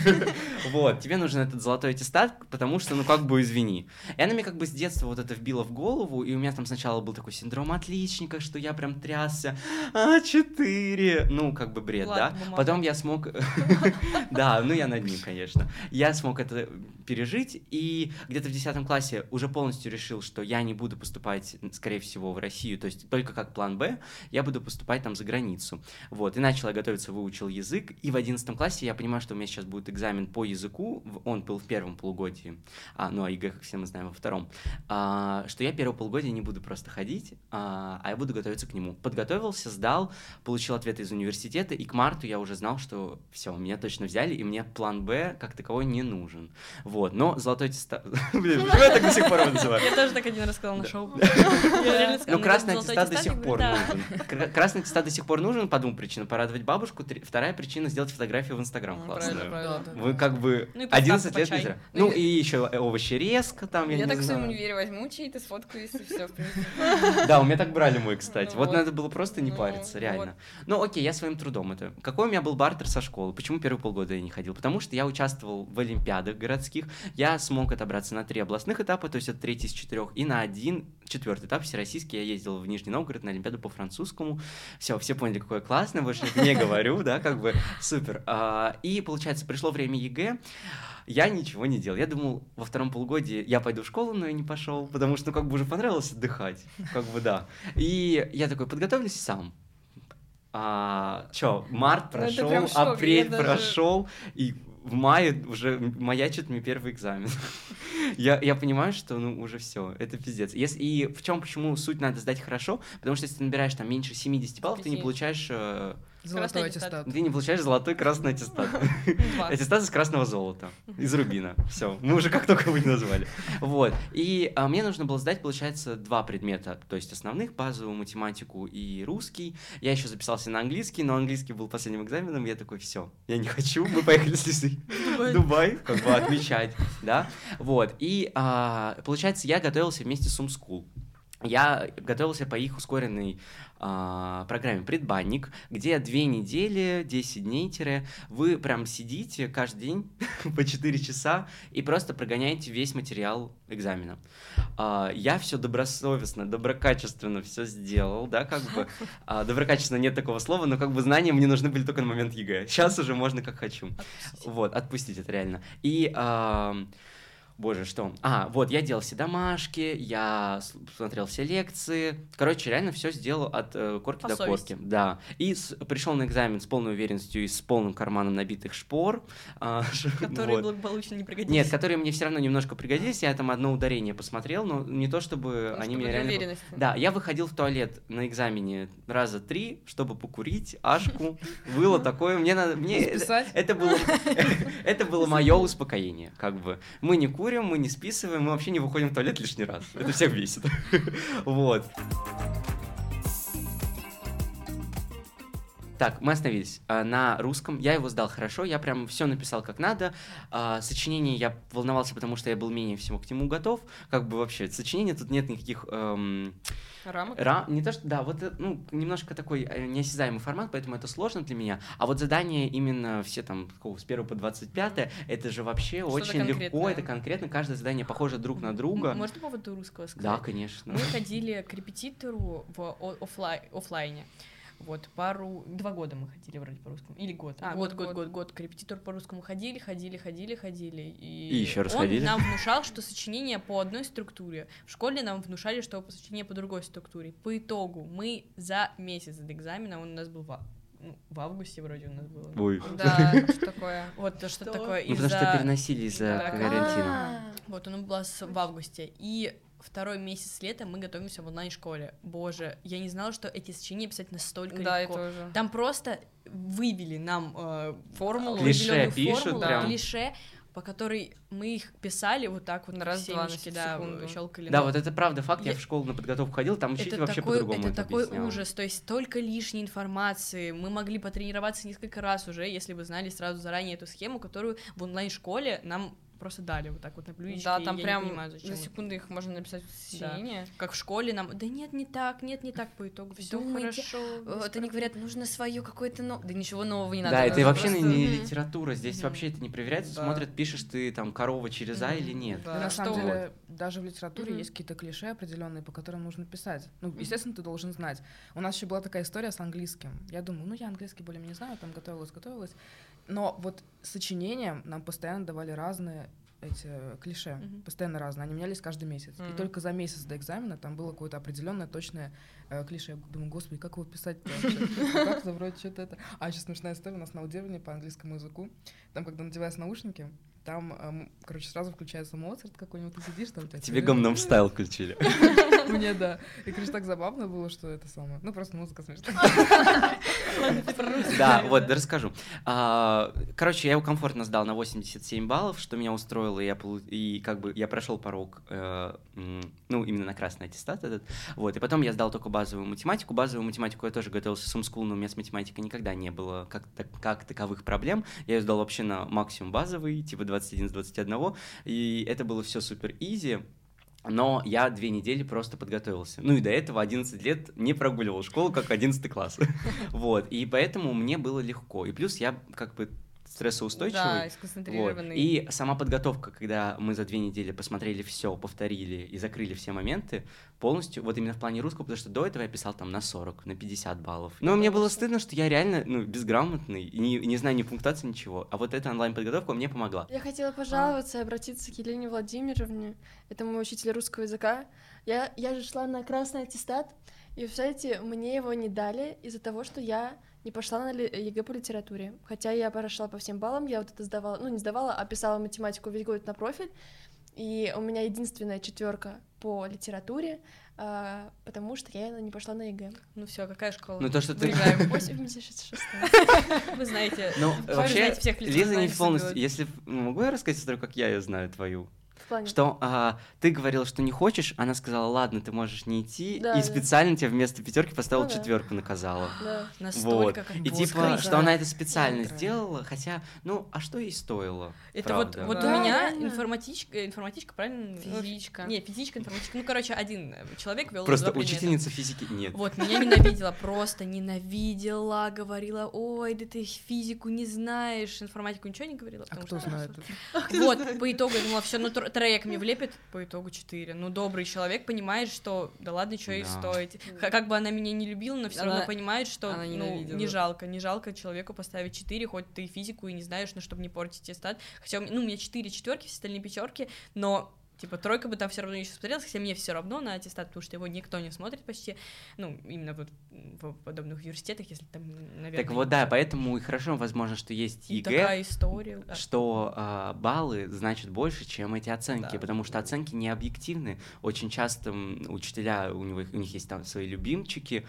Вот, тебе нужен этот золотой аттестат, потому что, ну, как бы, извини. И она мне как бы с детства вот это вбила в голову, и у меня там сначала был такой синдром отличника, что я прям трясся. А четыре. Ну, как бы бред, да? Ладно, бумага. Потом я смог... Да, ну, я над ним, конечно. Я смог это пережить, и где-то в десятом классе уже полностью решил, что я не буду поступать, скорее всего, в Россию, то есть только как план Б, я буду поступать там за границу. Вот, и начал я готовиться, выучил язык, и в одиннадцатом классе я понимаю, что у меня сейчас будет экзамен по языку, в- он был в первом полугодии, а, ну, а ЕГЭ, как все мы знаем, во втором, а, что я первое полугодие не буду просто ходить, а, а я буду готовиться к нему. Подготовился, сдал, получил ответы из университета, и к марту я уже знал, что все, меня точно взяли, и мне план Б как таковой не нужен. Вот, но золотой аттестат... Блин, почему я так до сих пор его называю? Я тоже так один раз сказала на шоу. Я реально сказала, Ну, красный «Золотой аттестат до аттестат?» сих Я пор говорю, «Да». нужен. Кра- Красный аттестат до сих пор нужен по двум причинам. Порадовать бабушку. Три- Вторая причина — сделать фотографию в Инстаграм Ну, классную. правильно, правильно. Да, да. Вы как бы Ну и одиннадцать подставку лет под не чай. зря. Ну и еще овощи резко там, я Я не так в своем знаю. универе возьму чей-то, сфоткаюсь, и все, в принципе. Да, у меня так брали мой, кстати. Ну Вот вот. надо было просто не Ну, париться, реально. вот. Ну окей, я своим трудом это. Какой у меня был бартер со школы? Почему первые полгода я не ходил? Потому что я участвовал в олимпиадах городских, я смог отобраться на три областных этапа, то есть это третий из четырех, и на один четвертый этап всероссийский я ездил в Нижний Новгород на олимпиаду по французскому. Все, все поняли, какое классное, больше не говорю, да, как бы супер. А, И получается, пришло время ЕГЭ. Я ничего не делал. Я думал, во втором полугодии я пойду в школу, но я не пошел, потому что, ну, как бы уже понравилось отдыхать. Как бы, да. И я такой, подготовлюсь сам. А, чё, март Ну, это прошел, прям шок, апрель я даже- прошел, и в мае уже маячит мне первый экзамен. я, я понимаю, что ну уже все, это пиздец. Если, и в чем почему суть надо сдать хорошо? Потому что если ты набираешь там меньше семьдесят баллов, ты не Пяти. получаешь э, Золотой аттестат. Ты не получаешь золотой красный аттестат. Аттестат из красного золота, из рубина. Все, мы уже как только вы не назвали. Вот. И а, мне нужно было сдать, получается, два предмета, то есть основных, базовую математику и русский. Я еще записался на английский, но английский был последним экзаменом, я такой, все, я не хочу, мы поехали с Лизой в Дубай, как бы отмечать, да. Вот. И а, получается, я готовился вместе с Умскул. Я готовился по их ускоренной а, программе «Предбанник», где две недели, десять дней, тире, вы прям сидите каждый день по четыре часа и просто прогоняете весь материал экзамена. А, я все добросовестно, доброкачественно все сделал, да, как бы, а, доброкачественно нет такого слова, но как бы знания мне нужны были только на момент ЕГЭ. Сейчас уже можно как хочу. Отпустить. Вот, отпустить это реально. И... А, Боже, что? А, вот, я делал все домашки, я смотрел все лекции. Короче, реально все сделал от э, корки По до совести. корки. Да. И с, пришел на экзамен с полной уверенностью и с полным карманом набитых шпор. А, Которые вот. благополучно не пригодились. Нет, которые мне все равно немножко пригодились. Я там одно ударение посмотрел, но не то, чтобы Ну, они чтобы меня для реально... уверенности. Да, я выходил в туалет на экзамене раза три, чтобы покурить, ашку. Было такое. Мне надо... Мне... Списать? Это было, это было мое успокоение, как бы. Мы не курим, мы не списываем, мы вообще не выходим в туалет лишний раз. Это всех бесит. Вот. Так, мы остановились а, на русском. Я его сдал хорошо, я прям все написал как надо. А, сочинение я волновался, потому что я был менее всего к нему готов. Как бы вообще, сочинение тут нет никаких... Эм... Рамок? Ра... Не то, что, да, вот, э, ну, немножко такой э, неосязаемый формат, поэтому это сложно для меня. А вот задания именно все там какого, с первого по двадцать пятое, это же вообще Что-то очень легко, конкретное. это конкретно, каждое задание похоже друг на друга. М- Можно по поводу русского сказать? Да, конечно. Мы ходили к репетитору в о- офлай- офлайне. Вот, пару... Два года мы ходили вроде по-русскому. Или год. А, год, год, год, год. год, год. К репетитору по-русскому ходили, ходили, ходили, ходили. И, И еще раз он ходили? нам внушал, что сочинение по одной структуре. В школе нам внушали, что сочинение по другой структуре. По итогу мы за месяц до экзамена, он у нас был в, а- ну, в августе вроде у нас было. Ой. Да, что такое? Вот, то, что, Что? такое. Ну, потому что из-за- переносили из-за Да. карантина. Вот, он был с- в августе. И второй месяц лета мы готовимся в онлайн-школе. Боже, я не знала, что эти сочинения писать настолько Да, легко. это уже. Там просто вывели нам э, формулу, Клише определенную пишут формулу, прям. клише, по которой мы их писали вот так вот На на раз, два, на семечки, да, секунду. щелкали. Да, Но вот это правда факт, я Я- в школу на подготовку ходил, там учитель это вообще такой, по-другому это это такой объяснял. ужас, то есть столько лишней информации, мы могли потренироваться несколько раз уже, если бы знали сразу заранее эту схему, которую в онлайн-школе нам просто дали вот так вот на блюдечке. Да, и там я прям не понимаю, зачем за это. секунду их можно написать в сочинение. Как в школе нам, да нет, не так, нет, не так, по итогу все Думаете, хорошо. без Вот они проблем. говорят, нужно свое какое-то, но да ничего нового не надо. Да, это нужно вообще просто- не Мгм. литература, здесь Мгм. вообще это не проверяется, Да. смотрят, пишешь ты там корова через А или нет. Да. Да, на Что самом вот? деле, даже в литературе Мгм. есть какие-то клише определенные, по которым нужно писать. Ну, естественно, ты должен знать. У нас еще была такая история с английским. Я думаю, ну, я английский более-менее знаю, там готовилась, готовилась. Но вот сочинением нам постоянно давали разные эти клише, Мгм. постоянно разные, они менялись каждый месяц. Мгм. И только за месяц до экзамена там было какое-то определенное точное э, клише. Я думаю, господи, как его писать-то вообще? Ну, как-то вроде что-то это. А еще смешная история у нас на аудирование по английскому языку. Там, когда надеваешь наушники, там, эм, короче, сразу включается Моцарт какой-нибудь, ты сидишь там. у тебя Тебе телевизор. Гамнам Стайл включили. Мне, да. И, короче, так забавно было, что это самое. Ну, просто музыка смешная. Да, вот, да, расскажу. А, Короче, я его комфортно сдал на восемьдесят семь баллов, что меня устроило, и я, полу- и как бы я прошел порог, э, м, ну, именно на красный аттестат этот, вот, и потом я сдал только базовую математику. Базовую математику я тоже готовился с Умскул, но у меня с математикой никогда не было как, так- как таковых проблем. Я ее сдал вообще на максимум базовый, типа двадцать один с двадцати одного, и это было все супер изи. Но я две недели просто подготовился. Ну и до этого одиннадцать лет не прогуливал школу, как одиннадцатый класс. Вот, и поэтому мне было легко. И плюс я как бы стрессоустойчивый. Да, и Вот. сконцентрированный. И сама подготовка, когда мы за две недели посмотрели все, повторили и закрыли все моменты полностью, вот именно в плане русского, потому что до этого я писал там на сорок, на пятьдесят баллов. Но мне было стыдно, что я реально ну, безграмотный, и не, не знаю ни пунктуации, ничего. А вот эта онлайн-подготовка мне помогла. Я хотела пожаловаться и обратиться к Елене Владимировне. Это мой учитель русского языка. Я, я же шла на красный аттестат, и, представляете, мне его не дали из-за того, что я не пошла на ли- ЕГЭ по литературе. Хотя я прошла по всем баллам, я вот это сдавала, ну, не сдавала, а писала математику весь год на профиль. И у меня единственная четверка по литературе, а, потому что я не пошла на ЕГЭ. Ну все, какая школа? Ну то, что ты... восемьдесят шестая. Вы знаете. Ну, Вы вообще, знаете всех людей, Лиза не знаете, полностью... что Если... Могу я рассказать историю, как я ее знаю, твою? В плане. Что а, ты говорила, что не хочешь, она сказала, ладно, ты можешь не идти, Да, и да. специально тебе вместо пятерки поставила Ну да. четверку, наказала. Да. Настолько, Вот. как И было типа, скрыто. что она это специально Хитрая. сделала, хотя, ну, а что ей стоило? Это вот, правда? вот Да, у меня реально. информатичка, информатичка, правильно? Физичка. Не, физичка, информатичка. Ну, короче, один человек вел Просто два предмета. учительница физики нет. Вот, меня ненавидела, просто ненавидела, говорила, ой, да ты физику не знаешь, информатику ничего не говорила. А потому кто что- знает? Вот, по итогу я думала, все, ну тр- троек мне влепит, по итогу четыре. Ну, добрый человек понимает, что да ладно, что ей Да. стоит. Х- Как бы она меня не любила, но все Она- равно понимает, что она ну, ненавидела. не жалко, не жалко человеку поставить четыре, хоть ты физику и не знаешь, ну, чтобы не портить аттестат. Хотя, у меня- ну, у меня четыре четверки, все остальные пятерки, но типа тройка бы там все равно еще смотрелась, хотя мне все равно на аттестат, потому что его никто не смотрит почти, ну, именно вот в подобных университетах, если там, наверное... Так вот, да, поэтому и хорошо, возможно, что есть и ЕГЭ, такая история. да. что а, баллы значат больше, чем эти оценки, Да. потому что оценки не объективны. Очень часто м, учителя, у, него, у них есть там свои любимчики,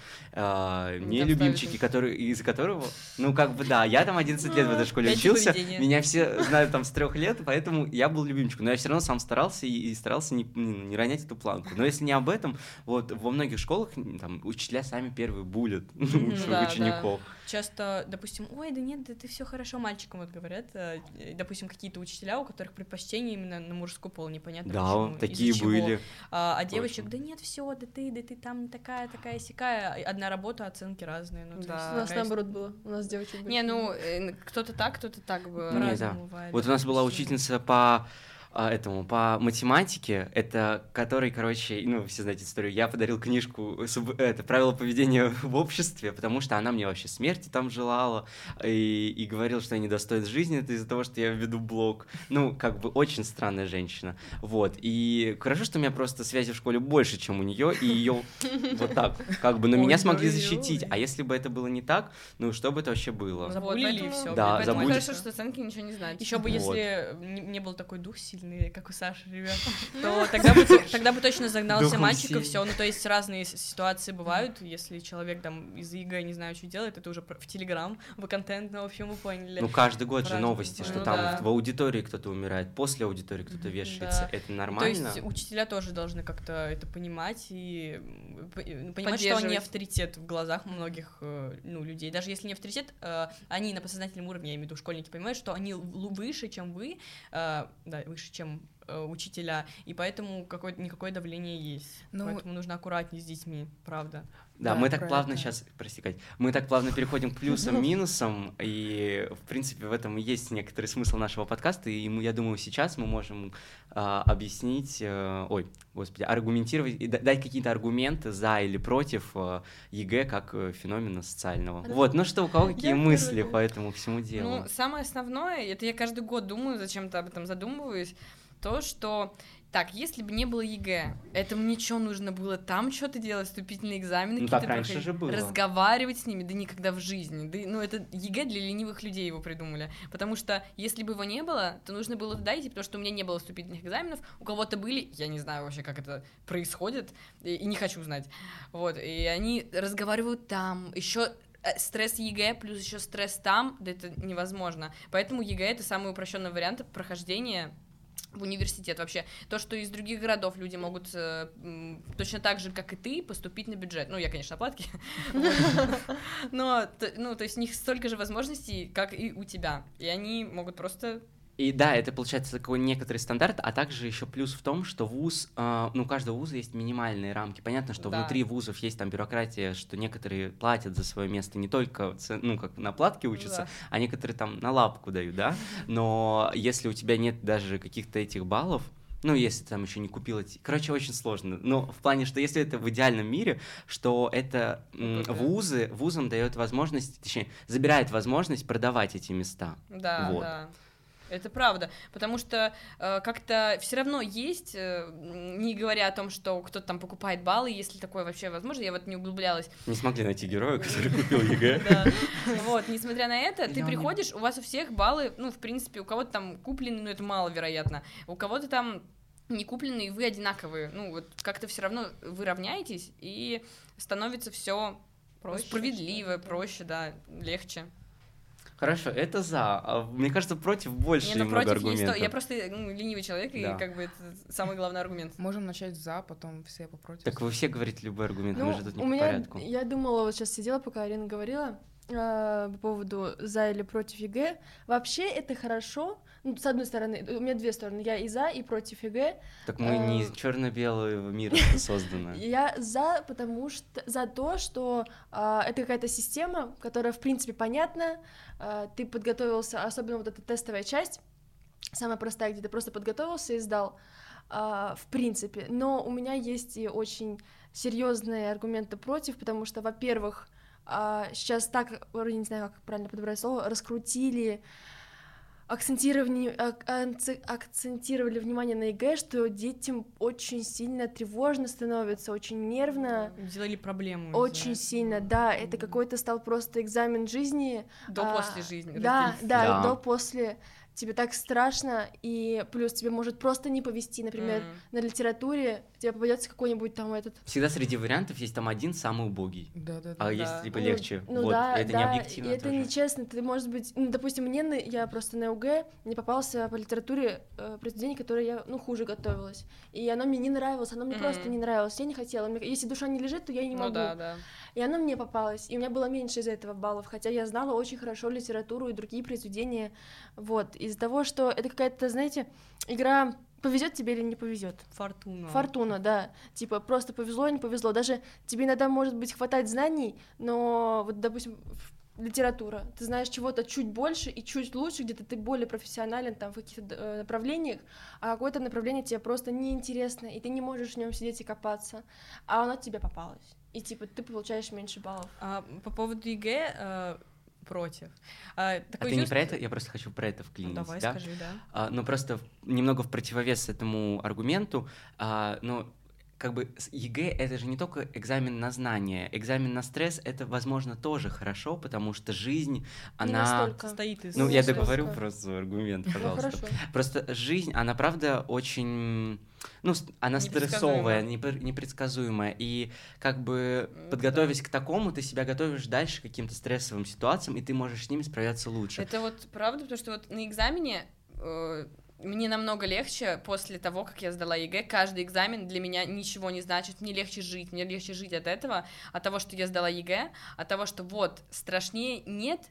а, там не ставят любимчики, их. которые, из-за которого, ну как бы да, я там одиннадцать лет в этой школе Пять учился, поведения. меня все знают там с трех лет, поэтому я был любимчиком, но я все равно сам старался и, и старался не, не, не ронять эту планку. Но если не об этом, вот во многих школах м, там учителя сами первые булят Мгм, своих да, да. учеников. Часто, допустим, ой, да нет, да ты все хорошо мальчикам вот говорят, э, э, допустим, какие-то учителя, у которых предпочтение именно на мужской пол, непонятно Да, почему, такие из-за чего. были. А, а девочек, Точно. да нет, все, да ты, да ты там не такая, такая сякая, одна работа, оценки разные. Ну, то Да. есть У нас такая наоборот было. У нас девочек были. Не, ну, э, кто-то так, кто-то так бы. Не, по-разному да. бывает, Вот у нас была допустим. учительница по а, этому по математике, это который, короче, ну все знаете историю. Я подарил книжку суб- это правила поведения в обществе, потому что она мне вообще смерти там желала и, и говорила, что я недостоин жизни, это из-за того, что я веду блог. Ну как бы очень странная женщина, вот. И хорошо, что у меня просто связи в школе больше, чем у нее, и ее вот так как бы, но меня смогли Ой-ой-ой. защитить. А если бы это было не так, ну что бы это вообще было? Забулили, Вот, и всё, Да, Поэтому забудешь. хорошо, что оценки ничего не знают. Еще бы, Вот. если не, не был такой дух сильный, как у Саши, ребят, то тогда бы, то- тогда бы точно загнал все Духом мальчиков, сильный. все. Ну, то есть разные с- ситуации бывают, если человек там из ЕГЭ не знаю, что делает, это уже про- в Телеграм, в контент, ну, в общем, вы поняли. Ну, каждый год же По-разному новости, что бывает. там Ну да. в аудитории кто-то умирает, после аудитории кто-то вешается. Да. Это То нормально. есть учителя тоже должны как-то это понимать и м, п- э, понимать, что они Поддерживать. авторитет в глазах многих э, ну, людей. Даже если не авторитет, э, они на подсознательном уровне, я имею в виду школьники, понимают, что они л- выше, чем вы, э, да, выше, чем э, учителя, и поэтому какое-то, никакое давление есть. Ну, Поэтому нужно аккуратнее с детьми, правда. Да, Да, мы так про плавно это. сейчас, прости, Кать, мы так плавно переходим к плюсам, минусам, и, в принципе, в этом и есть некоторый смысл нашего подкаста, и мы, я думаю, сейчас мы можем а, объяснить, э, ой, господи, аргументировать, и да- дать какие-то аргументы за или против э, ЕГЭ как э, феномена социального. Хорошо. Вот, ну что, у кого какие Я мысли первая. по этому всему делу? Ну, самое основное, это я каждый год думаю, зачем-то об этом задумываюсь, то, что, так, если бы не было ЕГЭ, этому ничего нужно было там что-то делать, вступительные экзамены Ну, какие-то так раньше проходить, же было. разговаривать с ними, да никогда в жизни. Да, ну, это ЕГЭ для ленивых людей его придумали, потому что если бы его не было, то нужно было туда идти, потому что у меня не было вступительных экзаменов, у кого-то были, я не знаю вообще, как это происходит, и, и не хочу знать, вот, и они разговаривают там, еще стресс ЕГЭ плюс еще стресс там, да это невозможно. Поэтому ЕГЭ это самый упрощенный вариант прохождения в университет вообще. То, что из других городов люди могут э, м, точно так же, как и ты, поступить на бюджет. Ну, я, конечно, оплатки. Но, т- ну, то есть у них столько же возможностей, как и у тебя. И они могут просто... И да, это получается такой некоторый стандарт, а также еще плюс в том, что вуз, э, ну, у каждого вуза есть минимальные рамки. Понятно, что Да. внутри вузов есть там бюрократия, что некоторые платят за свое место не только, ц- ну, как на платке учатся, Да. а некоторые там на лапку дают, да? Но если у тебя нет даже каких-то этих баллов, ну, если ты там еще не купил эти... Короче, очень сложно. Но в плане, что если это в идеальном мире, что это м, КПК. вузы, вузам дает возможность, точнее, забирает возможность продавать эти места. Да, Вот. да. Это правда, потому что э, как-то все равно есть, э, не говоря о том, что кто-то там покупает баллы, если такое вообще возможно, я вот не углублялась. Не смогли найти героя, который купил ЕГЭ. Да. Вот, несмотря на это, ты Я не- приходишь, у вас у всех баллы, ну, в принципе, у кого-то там куплены, но это маловероятно, у кого-то там не купленные, вы одинаковые. Ну, вот как-то все равно вы равняетесь, и становится все справедливо, да. проще, да, легче. Хорошо, это за. А мне кажется, против больше Не, ну немного против есть аргументов. то. Я просто ну, ленивый человек, Да. и как бы это самый главный аргумент. Можем начать за, потом все попротив. Так вы все говорите любой аргумент, Ну, мы же тут не у по меня, порядку. я думала, вот сейчас сидела, пока Арина говорила э, по поводу за или против ЕГЭ. Вообще это хорошо. Ну, с одной стороны, у меня две стороны. Я и за, и против ЕГЭ. Так мы не э, из черно-белого мира созданы. Я за, потому что за то, что э, это какая-то система, которая в принципе понятна. Э, ты подготовился, особенно вот эта тестовая часть, самая простая, где ты просто подготовился и сдал. Uh, в принципе, но у меня есть и очень серьезные аргументы против, потому что, во-первых, uh, сейчас так, я не знаю, как правильно подобрать слово, раскрутили, акцентировали, акцентировали внимание на ЕГЭ, что детям очень сильно тревожно становится, очень нервно. Сделали проблему. Очень сильно, да, это какой-то стал просто экзамен жизни. До-после жизни. Да, да, Да. до-после. Тебе так страшно, и плюс тебе может просто не повезти, например, Мгм. на литературе тебе попадется какой-нибудь там этот... Всегда среди вариантов есть там один самый убогий. Да-да-да. А Да. есть либо Ну, легче. Ну, Вот, да, это да, не объективно и это тоже. нечестно, ты, может быть, ну, допустим, мне, на- я просто на УГ, мне попался по литературе э, произведение, которое я, ну, хуже готовилась, и оно мне не нравилось, оно мне Мгм. просто не нравилось, я не хотела, Мне- если душа не лежит, то я и не Ну могу, да, да. и оно мне попалось, и у меня было меньше из-за этого баллов, хотя я знала очень хорошо литературу и другие произведения, вот, из-за того, что это какая-то, знаете, игра повезет тебе или не повезет. Фортуна. Фортуна, да. Типа просто повезло и не повезло. Даже тебе иногда может быть хватать знаний, но вот, допустим, в- литература. Ты знаешь чего-то чуть больше и чуть лучше, где-то ты более профессионален там в каких-то э, направлениях, а какое-то направление тебе просто неинтересно, и ты не можешь в нем сидеть и копаться, а оно тебе попалось. И типа ты получаешь меньше баллов. А, по поводу ЕГЭ э, против. А, А такое ты не чувство- про это? Я просто хочу про это Ну, вклинить, давай, да? скажи, да. А, ну, просто в- немного в противовес этому аргументу, а, ну, как бы с- ЕГЭ — это же не только экзамен на знание, экзамен на стресс — это, возможно, тоже хорошо, потому что жизнь, Не она... настолько. Состоит из... Ну, Не я настолько. договорю просто свой аргумент, Ну пожалуйста. хорошо. Просто жизнь, она, правда, очень... Ну, с- она стрессовая, непр- непредсказуемая, и как бы, М, подготовясь к такому, ты себя готовишь дальше к каким-то стрессовым ситуациям, и ты можешь с ними справляться лучше. Это вот правда, потому что вот на экзамене э, мне намного легче после того, как я сдала ЕГЭ. Каждый экзамен для меня ничего не значит. Мне легче жить, мне легче жить от этого, от того, что я сдала ЕГЭ, от того, что вот страшнее нет,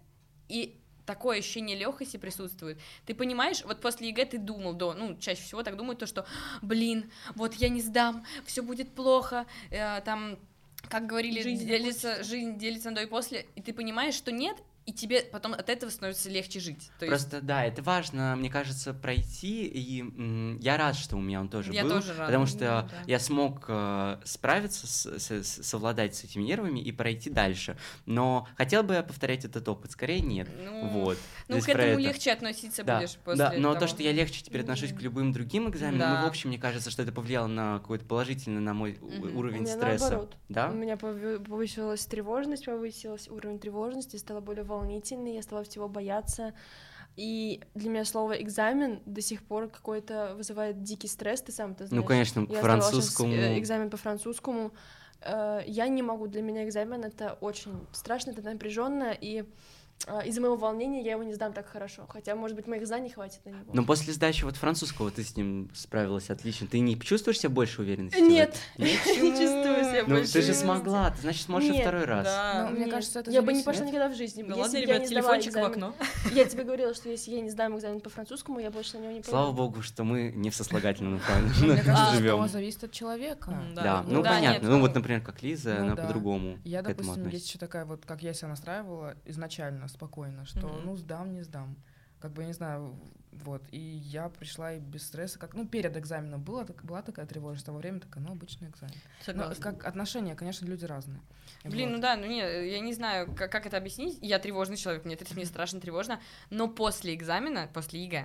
и такое ощущение легкости присутствует. Ты понимаешь, вот после ЕГЭ ты думал, до, ну, чаще всего так думают, то, что, блин, вот я не сдам, все будет плохо, э, там, как говорили, Жизнь делится, жизнь делится на до и после, и ты понимаешь, что нет, и тебе потом от этого становится легче жить. То есть Просто, да, это важно, мне кажется, пройти, и м, я рад, что у меня он тоже Я был, тоже рада. потому Ну, что да. я смог э, справиться, с- с- с- совладать с этими нервами и пройти дальше. Но хотел бы я повторять этот опыт? Скорее нет. Ну, Вот. ну, Здесь к про этому это. легче относиться Да, будешь после да, но того. то, что я легче теперь отношусь к любым другим экзаменам, Да. ну, в общем, мне кажется, что это повлияло на какой-то положительный на мой у- Мгм. У уровень меня стресса. наоборот. Да? У меня пови- повысилась тревожность, повысилась уровень тревожности, стала более волнительной, я стала всего бояться. И для меня слово экзамен до сих пор какой-то вызывает дикий стресс, ты сам это знаешь. Ну, конечно, к Я сдавала щас, французскому. э, экзамен по французскому. Э, Я не могу, для меня экзамен это очень страшно, это напряженно, и э, из-за моего волнения я его не сдам так хорошо. Хотя, может быть, моих знаний хватит на него. Но после сдачи вот французского ты с ним справилась отлично. Ты не чувствуешь себя больше уверенности? в Нет, этом? не чувствую себя Ну, больше ты же уверенности. смогла, ты, значит, сможешь и Нет, второй раз. Да. Ну, мне Нет, кажется, это я бы не зависит- пошла Нет? никогда в жизни. Ну если ладно, бы я ребят, не сдавала телефончик в экзамен. окно. Я тебе говорила, что если я не сдам экзамен по французскому, я больше на него не пойду. Слава богу, что мы не в сослагательном Мне направлении кажется, живем. что зависит от человека. М, Да, ну ну да, понятно. нет, Ну ну, вот, например, как Лиза, ну она да. по-другому Я, к этому допустим, есть относится. еще такая вот, как я себя настраивала изначально, спокойно, что Мгм. ну сдам, не сдам. Как бы, я не знаю, вот. И я пришла и без стресса, как, ну, перед экзаменом была, так- была такая тревожность, а во время такая, ну, обычный экзамен. Ну, Согласна. как отношения, конечно, люди разные. Блин, Вот. ну да, ну не, я не знаю, как, как это объяснить. Я тревожный человек, мне это мне страшно тревожно, но после экзамена, после ЕГЭ,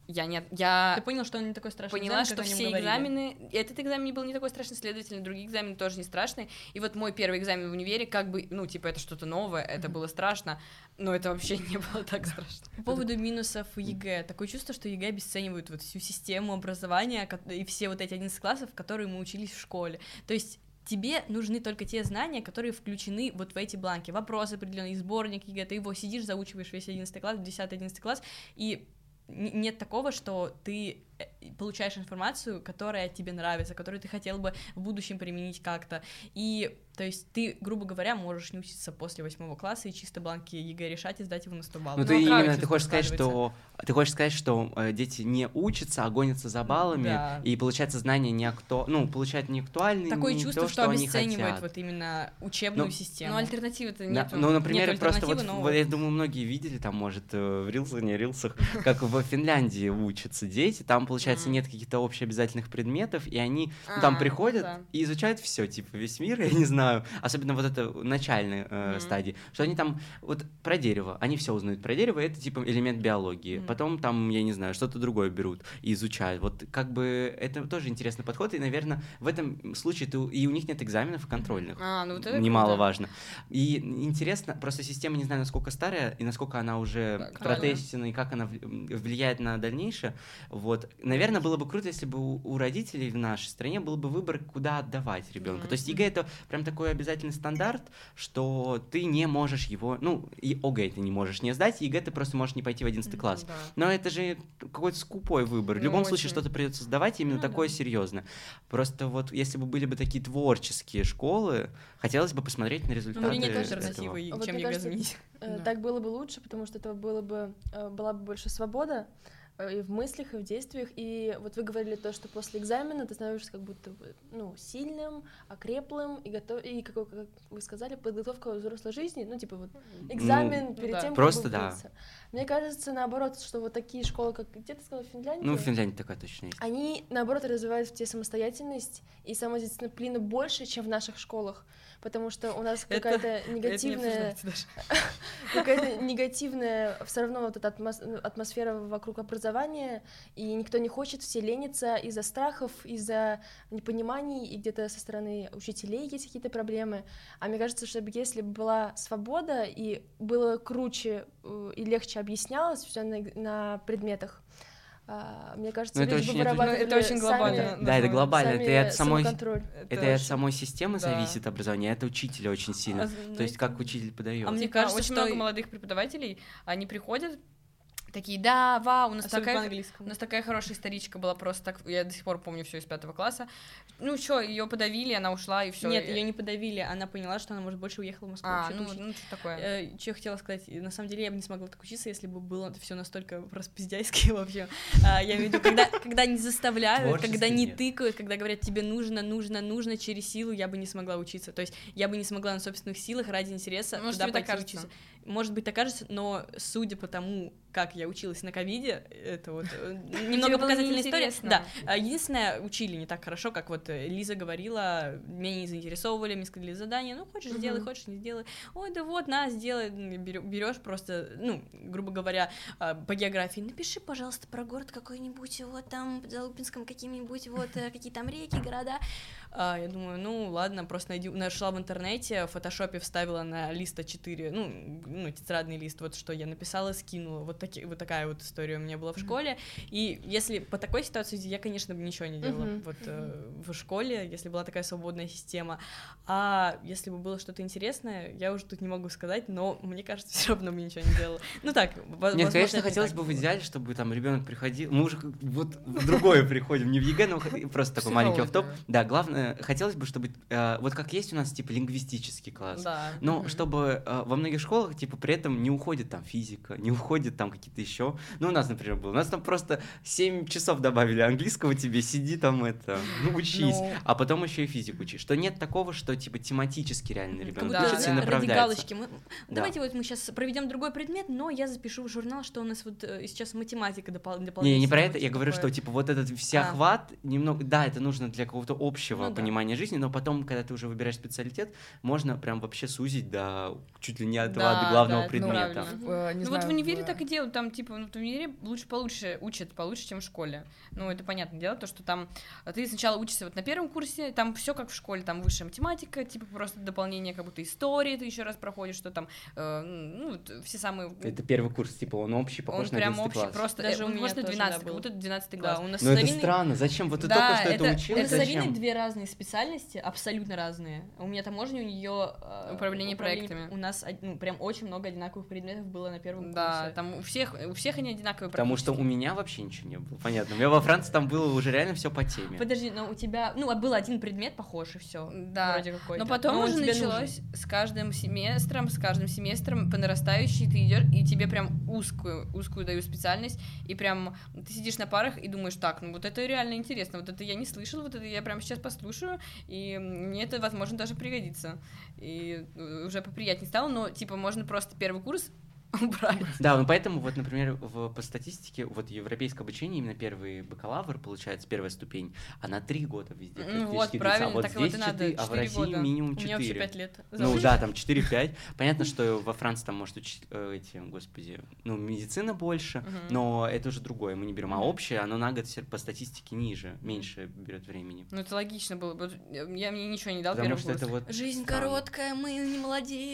Я не... Я... Ты понял, что он не такой страшный Поняла, экзамен, что как о нем все говорили? экзамены... Этот экзамен не был не такой страшный, следовательно, другие экзамены тоже не страшные. И вот мой первый экзамен в универе, как бы, ну, типа, это что-то новое, это было страшно, но это вообще не было так страшно. По поводу минусов ЕГЭ. Такое чувство, что ЕГЭ обесценивают вот всю систему образования и все вот эти одиннадцать классов, в которые мы учились в школе. То есть тебе нужны только те знания, которые включены вот в эти бланки. Вопросы определенные, сборник ЕГЭ, ты его сидишь, заучиваешь весь одиннадцатый класс, десятый-одиннадцатый класс, и нет такого, что ты получаешь информацию, которая тебе нравится, которую ты хотел бы в будущем применить как-то. И, то есть, ты, грубо говоря, можешь не учиться после восьмого класса и чисто бланки ЕГЭ решать и сдать его на сто баллов. Ну, Ну, ты а как именно, чувство ты хочешь сказать, складывается? что ты хочешь сказать, что э, дети не учатся, а гонятся за баллами, Да. и получается знания не акту... ну, получают не актуальные, Такое не чувство, то, что, что они обесценивает хотят. вот именно учебную Ну, систему. Но альтернативы-то Да, нет. ну, например, Нету просто вот, альтернативы, но вот вот- я думаю, многие видели, там, может, э, в рилсах, не рилсах, как в Финляндии учатся дети, там, получается, Мгм. нет каких-то общеобязательных предметов, и они ну, там А, приходят да. и изучают все, типа, весь мир, я не знаю, особенно вот это начальной э, Мгм. стадии, что они там, вот про дерево, они все узнают про дерево, это, типа, элемент биологии, Мгм. потом там, я не знаю, что-то другое берут и изучают, вот, как бы, это тоже интересный подход, и, наверное, в этом случае ты, и у них нет экзаменов и контрольных. А, ну вот это Немаловажно. И интересно, просто система, не знаю, насколько старая и насколько она уже Так, протестена, и как она вли- влияет на дальнейшее. Вот. Наверное, было бы круто, если бы у, у родителей в нашей стране был бы выбор, куда отдавать ребенка. Мгм. То есть ЕГЭ это прям такой обязательный стандарт, что ты не можешь его, ну, и ОГЭ ты не можешь не сдать, ЕГЭ ты просто можешь не пойти в одиннадцатый класс. Да. Но это же какой-то скупой выбор. В Ну, любом случае очень. что-то придется сдавать, именно Ну, такое да. серьезное. Просто вот если бы были бы такие творческие школы, хотелось бы посмотреть на результаты Ну, мне нет этого. альтернативы, и Вот чем мне ЕГЭ кажется, заменить. Э, Да. Так было бы лучше, потому что это было бы, э, была бы больше свобода э, и в мыслях, и в действиях. И вот вы говорили то, что после экзамена ты становишься как будто бы, ну, сильным, окреплым, и, готов... и как, вы- как вы сказали, подготовка к взрослой жизни, ну, типа вот экзамен Ну, перед да. тем, Просто как да. учиться. Мне кажется, наоборот, что вот такие школы, как где ты сказала, Финляндия, Ну, в Финляндии такая точно есть. они, наоборот, развивают в тебе самостоятельность и самодисциплину больше, чем в наших школах, потому что у нас Это- какая-то Это не негативная, обсуждается даже. какая-то негативная все равно вот эта атмос- атмосфера вокруг образования, и никто не хочет, все ленятся из-за страхов, из-за непониманий, и где-то со стороны учителей есть какие-то проблемы. А мне кажется, что если бы была свобода и было круче э, и легче объяснялось все на, на предметах, а, мне кажется, Ну, это люди бы очень- это- вырабатывали это очень глобально. сами, Да, это глобально, сами это и от самой, самоконтроль. это и от очень- самой системы да. зависит образование, это учителя очень сильно. А, То есть знаете, как учитель подает. а мне Типа, кажется, очень что много и- молодых преподавателей, они приходят, такие, да, вау, у нас Особенно такая... У по-английскому. нас такая хорошая историчка была, просто так, я до сих пор помню все из пятого класса. Ну что, ее подавили, она ушла, и все. Нет, ее не подавили, она поняла, что она, может, больше уехала в Москву. А, что-то ну, учить. ну что такое. Э, Что я хотела сказать, и на самом деле я бы не смогла так учиться, если бы было все настолько распиздяйски вообще. А, Я имею в виду, когда, когда не заставляют, Творчески когда не нет. тыкают, когда говорят, тебе нужно, нужно, нужно через силу, я бы не смогла учиться. То есть я бы не смогла на собственных силах ради интереса Может, туда тебе так пойти кажется. учиться. Может быть, так кажется, но судя по тому, как я училась на ковиде, это вот э, немного было показательная история. неинтересно. Да, а, единственное, учили не так хорошо, как вот э, Лиза говорила, меня не заинтересовывали, мне сказали задание, ну, хочешь, сделай, Мгм. хочешь, не сделай. Ой, да вот, на, сделай, берешь просто, ну, грубо говоря, а, по географии, напиши, пожалуйста, про город какой-нибудь, вот там, в Залупинском каким-нибудь, вот, э, какие там реки, города. А, я думаю, ну, ладно, просто найди, нашла в интернете, в фотошопе вставила на лист а четыре, ну, ну, тетрадный лист, вот что я написала, скинула, вот, таки, вот такая вот история у меня была в школе, и если по такой ситуации, я, конечно, бы ничего не делала Мгм. вот э, в школе, если была такая свободная система, а если бы было что-то интересное, я уже тут не могу сказать, но мне кажется, все равно бы ничего не делала. Ну так, во- Нет, возможно, конечно, это не хотелось так бы в было. идеале, чтобы там ребенок приходил. Мы уже как- вот в другое приходим, не в ЕГЭ, но х- просто такой маленький автоп. Психология. Да, главное, хотелось бы, чтобы э, вот как есть у нас типа лингвистический класс. Да. Но Мгм. чтобы э, во многих школах, типа, при этом не уходит там физика, не уходит там какие-то еще. Ну, у нас, например, было. У нас там просто семь часов добавили английского тебе, сиди там это, ну, учись. Ну. А потом еще и физику учи. Что нет такого, что типа тематически реально Как ребенок будто Да, учится и да. ради направляется. галочки. Мы- Да. Давайте вот мы сейчас проведем другой предмет, но я запишу в журнал, что у нас вот э, сейчас математика допол- дополнительно. Не, не про это, вот я говорю, такое. что типа вот этот всеохват, немного, да, это нужно для какого-то общего Ну да. понимания жизни, но потом, когда ты уже выбираешь специалитет, можно прям вообще сузить до чуть ли не от Да, два до главного да, это предмета. правильно. В, э, не Ну знаю, вот в универе в- так и делают, там типа ну, в универе лучше получше учат, получше, чем в школе. Ну это понятное дело, то что там а ты сначала учишься вот на первом курсе, там все как в школе, там высшая математика, типа просто дополнение как будто истории ты еще раз проходишь, что там, э, ну вот все самые... Это первый курс, типа, он общий, похож Он на прям одиннадцатый общий, класс. просто Даже э, у он меня похож на тоже, двенадцатый, да, как был. будто двенадцатый класс. Да, у нас Ну с это Зариной- странно, зачем? Вот ты Да, только что это, это- училась, Это с Зариной зачем? две разные специальности, абсолютно разные. У меня таможня, у нее Управление проектами. У нас од- ну, прям очень много одинаковых предметов было на первом Да, курсе. там у всех, у всех они одинаковые Потому что у практически. меня вообще ничего не было. Понятно. У меня во Франции там было уже реально все по теме. Подожди, но у тебя, ну, а был один предмет похож и все. Да. Вроде какой-то. Но потом он уже тебе началось нужен. с каждым семестром, с каждым семестром по нарастающей ты идешь, и тебе прям узкую, узкую дают специальность, и прям ты сидишь на парах и думаешь, так, ну вот это реально интересно, вот это я не слышал, вот это я прям сейчас послушаю, и мне это, возможно, даже пригодится. И уже поприятнее стало, но, типа, можно просто первый курс убрать. Да, ну поэтому вот, например, в, по статистике, вот европейское обучение, именно первый бакалавр, получается, первая ступень, она три года везде. Ну практически вот, длится, правильно, а вот так и вот здесь и надо, четыре, а в четыре России года. минимум У меня вообще четыре. пять лет. Ну да, там четыре-пять. Понятно, что во Франции там может учить э, эти, господи, ну, медицина больше, Мгм. но это уже другое, мы не берем. А Мгм. общее, оно на год всё по статистике ниже, меньше берет времени. Ну это логично было бы. Я мне ничего не дал Потому первый что курс. это вот Жизнь странно. короткая, мы не молодеем.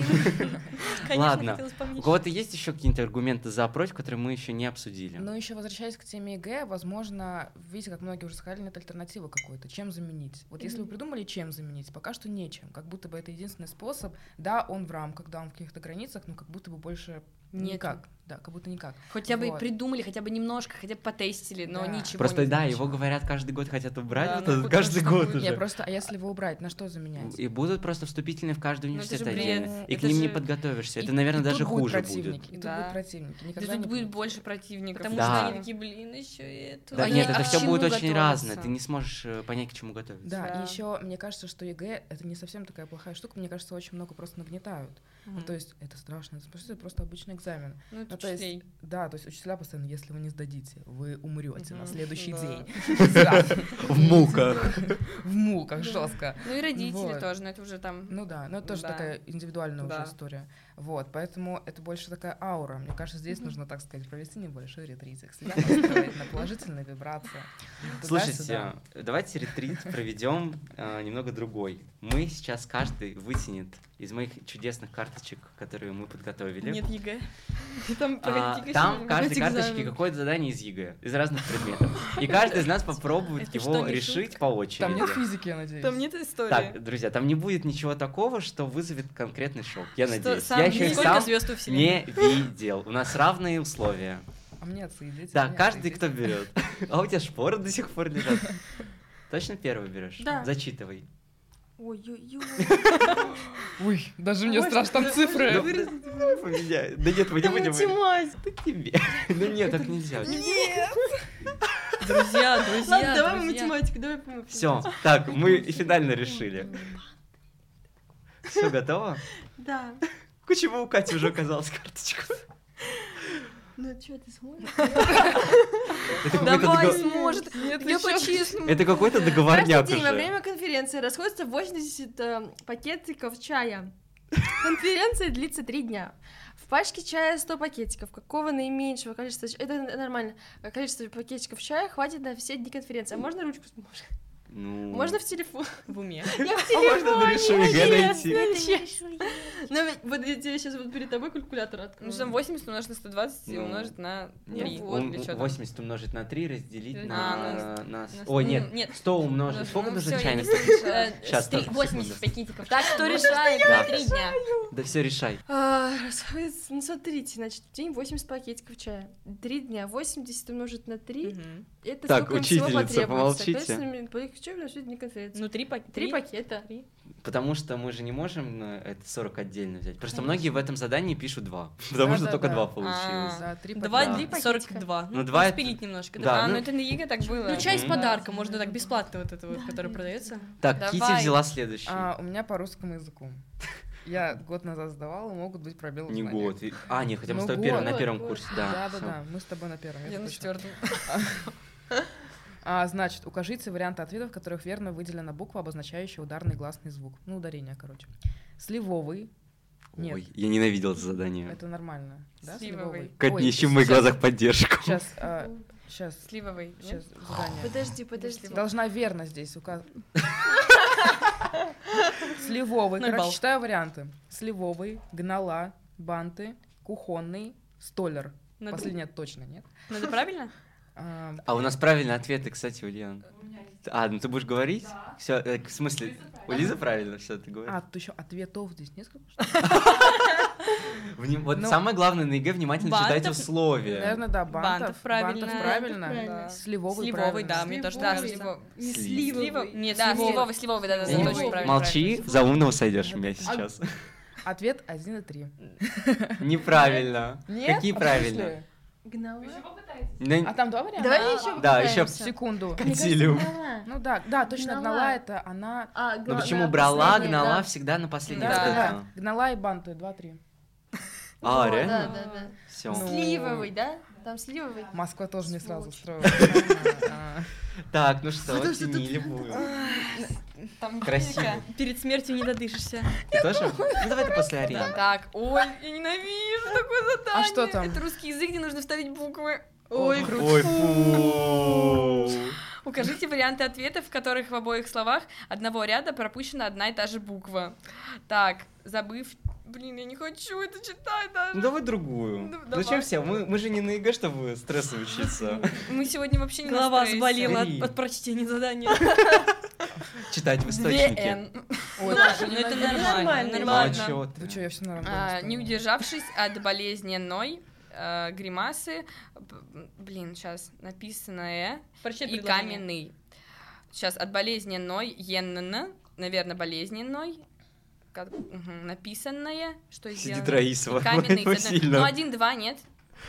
Ладно. У кого-то есть еще какие-то аргументы за против, которые мы еще не обсудили? Ну, еще возвращаясь к теме ЕГЭ, возможно, видите, как многие уже сказали, нет альтернативы какой-то. Чем заменить? Вот если вы придумали, чем заменить, пока что нечем. Как будто бы это единственный способ. Да, он в рамках, да, он в каких-то границах, но как будто бы больше Нету. никак. Да, как будто никак. Хотя бы Вот. придумали, хотя бы немножко, хотя бы потестили, но Да. ничего Просто не да, значит. его говорят каждый год хотят убрать, Да, вот ну, этот хоть каждый что-то год будет. Не, уже. просто, а если его убрать, на что заменять? И будут просто вступительные в каждый Ну, это же университет бред. отдельно. И к Это ним не же- подготовишься. И- Это, наверное, и тут даже будут хуже противники, будет. И тут Да. будут противники. Да Никогда тут не будет будет. больше противников. Потому Да. что они такие, блин, еще это. Да А нет, я- это а к все чему будет очень готовиться? разное. Ты не сможешь э, понять, к чему готовиться. Да, Да. и еще мне кажется, что ЕГЭ это не совсем такая плохая штука. Мне кажется, очень много просто нагнетают. Ну, то есть это страшно, это просто, это просто обычный экзамен. Ну, это Ну, то есть, учителей. да, то есть учителя постоянно, если вы не сдадите, вы умрете на Мгм, следующий да. день. Да. В муках. В муках, жестко. Ну и родители Вот. тоже, но это уже там... Ну да, но это тоже Да. такая индивидуальная Да. уже история. Вот, поэтому это больше такая аура. Мне кажется, здесь нужно, так сказать, провести небольшой ретритик, себя настроить на положительные вибрации. Слушайте, Туда-сюда. давайте ретрит проведем э, немного другой. Мы сейчас каждый вытянет из моих чудесных карточек, которые мы подготовили. Нет ЕГЭ. Там А, там в каждой карточке какое-то задание из ЕГЭ, из разных предметов. И каждый из нас попробует Это что, его не решить шутка? по очереди. Там нет физики, я надеюсь. Там нет истории. Так, друзья, там не будет ничего такого, что вызовет конкретный шок. Я Что надеюсь. сам Я не еще и Сколько сам звезд у вселенной? не видел. У нас равные условия. А мне отсоедите. Да, мне каждый, отсоедите. кто берет. А у тебя шпоры до сих пор лежат. Точно первый берешь? Да. Зачитывай. Ой-ой-ой. Ой, даже мне страшно, там цифры. Ну, давай поменяй. Да нет, мы не будем. Да тебе. Ну нет, так нельзя. Друзья, друзья, Ладно, давай друзья. математику, давай по Все, так, мы и финально решили. Все готово? Да. Почему у Кати уже оказалась карточка? Ну что, ты сможешь? Это какой-то Давай, догов- сможет. Я по-честному. Это какой-то договорняк Каждый день во уже. время конференции расходится восемьдесят э, пакетиков чая. Конференция длится три дня. В пачке чая сто пакетиков. Какого наименьшего количества... ч- Это нормально. Количество пакетиков чая хватит на все дни конференции. А можно ручку? Можно, Ну, можно в телефон? В уме. Я в а можно на решу ЕГЭ найти? телефоне. Ну, ведь вот я тебе сейчас вот перед тобой калькулятор Ну, открою. что там восемьдесят умножить на сто двадцать и Ну, умножить на Нет, три. ум- Вот, или чё там. восемьдесят умножить на три разделить А, на... на... на Ой, сто. нет, Нет. сто умножить. Ну, Сколько ну, нужно всё, я чайных не пакетиков? Э, Щас, с три- так, восемьдесят секунду. пакетиков. Так, кто решает Да. на три дня? Да все, решай. А, расходится, ну смотрите, значит, в день восемьдесят пакетиков чая. Три дня, восемьдесят умножить на три, Мгм. это Так, сколько им всего учительница, потребуется. помолчите. Соответственно, пакетиков чая на сегодня конференции. Ну, три пакета. Три пакета. Потому что мы же не можем э, это сорок отдельно взять. Просто Конечно. многие в этом задании пишут два. Потому что только Да-да-да. два получилось. А. За три Два, пакета. три, пакетика. сорок два. Ну, Ну, два два это- спилить немножко. Да, А, ну- ну это на ЕГЭ так было. Ну, чай с Мгм. подарком, можно так бесплатно вот это вот, который продается. Так, Давай. Кити взяла следующий. А, у меня по русскому языку. Я год назад сдавала, могут быть пробелы в Не знаниях. год. И- А, нет, хотя мы Ну, с тобой первым, год, на первом год. курсе, да. Да, да, всё. да, мы с тобой на первом. Я это на точно. четвертом. А, значит, укажите варианты ответов, в которых верно выделена буква, обозначающая ударный гласный звук. Ну, ударение, короче. Сливовый, Нет. Ой, я ненавидел это задание. Это нормально. Да, Сливовый. Кать, Ой, не ищи в моих щас- глазах поддержку. Сейчас, сейчас, Сливовый. нет? сейчас задание. Подожди, подожди. Должна верно здесь указать. Сливовый. Ноль Короче, баллов. читаю варианты. Сливовый, гнала, банты, кухонный, столер. Надо- Последнее точно, нет? Ну, это правильно? А, А у нас правильные ответы, кстати, Ульяна. А, ну ты будешь говорить? Все, в смысле? У Лизы правильно все ты говоришь? а, тут еще ответов здесь несколько? Вним- Вот ну- самое главное на ЕГЭ внимательно читать Бантов- условия. Наверное, да, бантов. Бантов правильно. Бантов правильно. Правильно. Сливовый, Сливовый, правильно. да, мне тоже Да, кажется. сливовый. Не Слив. сливовый. Нет, Да, сливовый. сливовый, сливовый, да, да, Я не- точно правильно. Молчи, за умного сойдешь у меня сейчас. Ответ один и три. Неправильно. Нет? Какие А в правильно? смысле? Гнала. Да- А там два варианта? Давай еще Да, попытаемся. Секунду. Мне кажется, Катилю. гнала. Ну да, да, точно Гнала. гнала это она. А, Ну гла- почему да, брала, последняя, гнала да. всегда на последний Да, Да, да, ответ? да. Гнала и банты, два-три. А, Вот, реально? Да, да, да. Все. Ну. Сливовый, да? Там сливовый. Москва тоже не сразу Сволочь. строила. А, Так, ну что, оценили будем. Там Красиво. химика. Перед смертью не додышишься. Ты тоже? Ну давай ты после арены. Так, ой, я ненавижу такое задание. А что там? Это русский язык, где нужно вставить буквы. Ой, Ой, Ой, фу. Укажите варианты ответов, в которых в обоих словах одного ряда пропущена одна и та же буква. Так, забыв... Блин, я не хочу это читать Ну даже. давай другую. Ну, Зачем давай. все? Мы, мы же не на ЕГЭ, чтобы стресса учиться. Мы сегодня вообще не Голова на стрессе. заболела Бери. от, от прочтения задания. Читать в Две источнике. Н. Ой, Ну, это же это ненавижу. нормально, нормально. Ну а нормально. чё Вы ты? что, я все нормально А, оставила. не удержавшись от болезненной э, гримасы, б- блин, сейчас написанное Прочитай и предложение. каменный. Сейчас от болезненной енн, наверное, болезненной, как- мгм, написанное, что Сидит сделано. Раисова. И каменный. Ой, с одной- сильно. Ну, один-два, нет?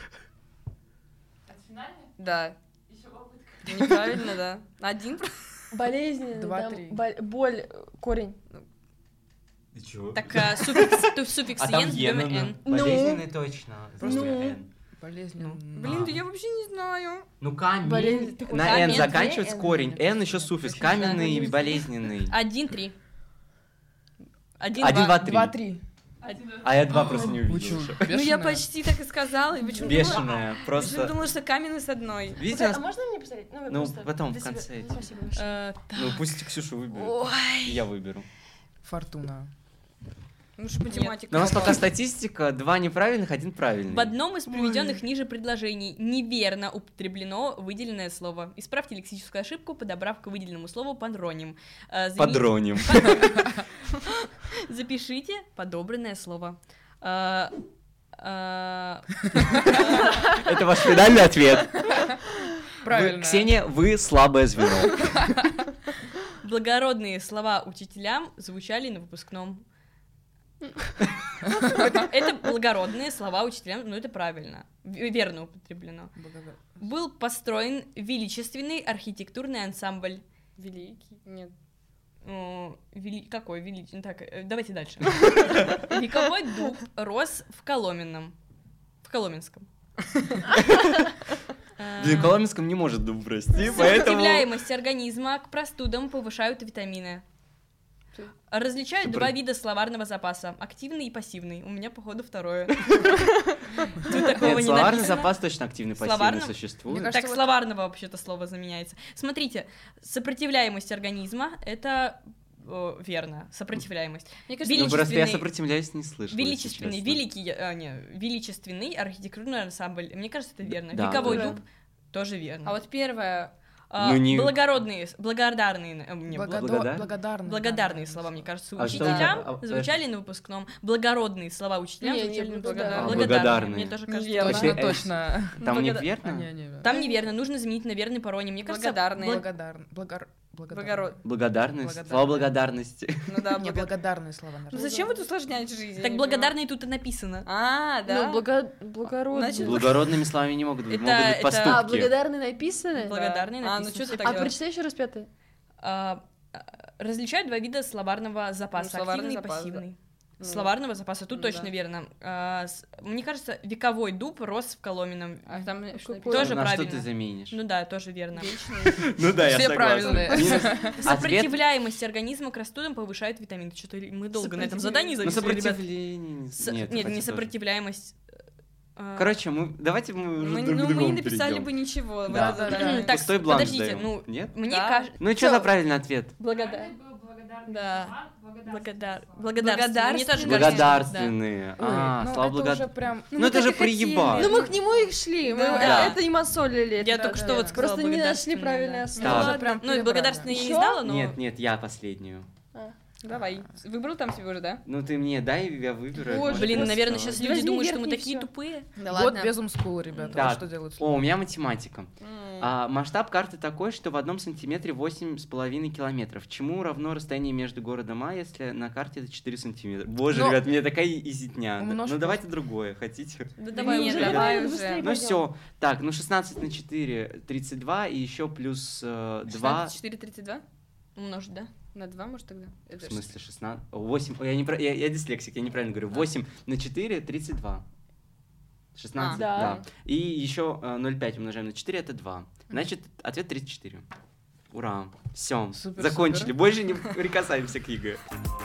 Да. Неправильно, да. Один. Болезнь, Два, там, три. бол- боль, э, корень. Ты чё? Так, а, суффикс, то есть суффикс А там «ен» ждём Ен, «н». Ну. болезненный точно. Просто Ну. Н. Болезненно. Блин, да я вообще не знаю. Ну камень, Болезнь- ты на хочешь Н камень, заканчивается Н? корень, Н еще суффикс, каменный и болезненный. Один-три. Один, Один, два. два, три. Два-три. А я два просто не Вы чё, увидел. Ну я бешеная? почти так и сказала. И почему думала, Бешеная, почему просто. думала, что каменный с одной. Видите, А нас- можно мне посмотреть? Ну, вы Ну, просто потом, для в конце себя. этим. Спасибо большое. Э, ну пусть Ксюша выберет, Ой. и я выберу. Фортуна. Ну что математика. Но у нас пока статистика, два неправильных, один правильный. В одном из приведенных ниже предложений неверно употреблено выделенное слово. Исправьте лексическую ошибку, подобрав к выделенному слову панроним. Э, замените- Подроним. Запишите подобранное слово. Э, э, Это ваш финальный ответ. Правильно. Вы- Ксения, вы слабое звено. Благородные слова учителям звучали на выпускном. Это благородные слова учителям, ну это правильно, в- верно употреблено. Благодар- Был построен величественный архитектурный ансамбль. Великий. Нет. О, вели- Какой величественный? Так, э, давайте дальше. Вековой дуб рос в Коломенном. В Коломенском. Блин, Коломенском не может дуб расти, поэтому... Сопротивляемость организма к простудам повышают витамины. Различают Супер. два вида словарного запаса. Активный и пассивный. У меня, походу, второе. Тут такого Нет, не словарный написано. запас точно активный, пассивный Словарный? существует. Мне кажется, Так, вот- словарного вообще-то слово заменяется. Смотрите, сопротивляемость организма — это э, верно, сопротивляемость. Мне кажется, Ну, просто я величественный- сопротивляюсь, не слышал, если Величественный, честно. великий, а, не, величественный архитектурный ансамбль. Мне кажется, это верно. Да, Вековой да. дуб тоже верно. А вот первое. А, Ну, не- Благородные, благодарные, э, не, Благодо- Благодар- Благодарный. благодарные слова, мне кажется, А что учителям это? А, звучали на выпускном. Благородные слова учителям Не, не, звучали на благодарные. выпускном. А, благодарные. Мне тоже кажется. Неверно. Точно, Э, точно. Там не Благода- А, верно? не, не. Там неверно, нужно заменить на верный пароним. Мне кажется, Благодарные. благ- Благодарный. Благор... Благород. Благодарный. Благодарность, Благодарность. слова благодарности. Ну да, Не, благо- благодарные слова. Ну наверное. зачем вот усложнять жизнь? Я Так не благодарные тут и написано. понимаю. А, да. Ну, благо- благородный. Значит, Благородными словами не могут быть, Это- могут быть это- поступки. А, благодарный написано? Да. Благодарные А, ну написано. что ты А так прочитай еще раз пятый. А, а, различают два вида словарного запаса. Ну, словарный активный и запас, да. пассивный. словарного запаса, тут Да. точно верно. А, с- мне кажется, вековой дуб рос в Коломенном. А там что Какой? Тоже На что правильно. ты заменишь? Ну да, тоже верно. Вечный. Ну да, Все правильные. Ответ. Сопротивляемость организма к растудам повышает витамины. Что-то мы долго на этом задании Ну, зависли, ребят. сопротивление. С- Нет, Нет, кстати, не тоже. сопротивляемость. а, Короче, мы давайте мы уже Мы, друг к ну, мы другу не написали перейдем. бы ничего. в Да. это Да, да, задание. да. Так, Пустой бланк подождите, сдаем. ну, Нет? мне Да. кажется... Ну и что за правильный ответ? Благодар. Да. Благодар. Благодарственные. Мне тоже Благодарственные. кажется, Благодарственные. Ой, А, ну, слава это благодар- уже прям... Ну мы это же так и хотели. приебать. Ну мы к нему и шли, мы Да. это им осолили. Я это, только да, что да. вот сказала Просто не нашли благодарственные, правильное да. Это слово. уже Да. прям Ну, перебрали. благодарственные я не Ещё? знала, но... Нет, нет, я последнюю. Давай. Выбрал там себе уже, да? Ну ты мне дай, я выберу. Боже, это Блин, может наверное, быть. сейчас Возьми люди думают, что мы верхний такие всё. тупые. Да Год без умскула, ребята. Да. Вот что делают с О, у меня математика. М. А, масштаб карты такой, что в одном сантиметре восемь с половиной километров. Чему равно расстояние между городом А, если на карте это четыре сантиметра? Боже, Но- ребят, мне такая изитня. Умножь Ну давайте другое, хотите? Да давай нет, уже, давай. давай давай, уже. быстрее. Ну пойдём. все. Так, ну шестнадцать на четыре, тридцать два, и еще плюс э, два. четыре тридцать два? Умножить, да? На два, может, тогда? В Это смысле шестнадцать? восемь. Ой, я, не, про- я, я дислексик, я неправильно говорю. восемь на четыре, тридцать два. шестнадцать, А, да. да. И еще э, ноль целых пять умножаем на четыре, это два. Значит, ответ тридцать четыре. Ура. Все, Супер, закончили. супер. Больше не прикасаемся к ЕГЭ.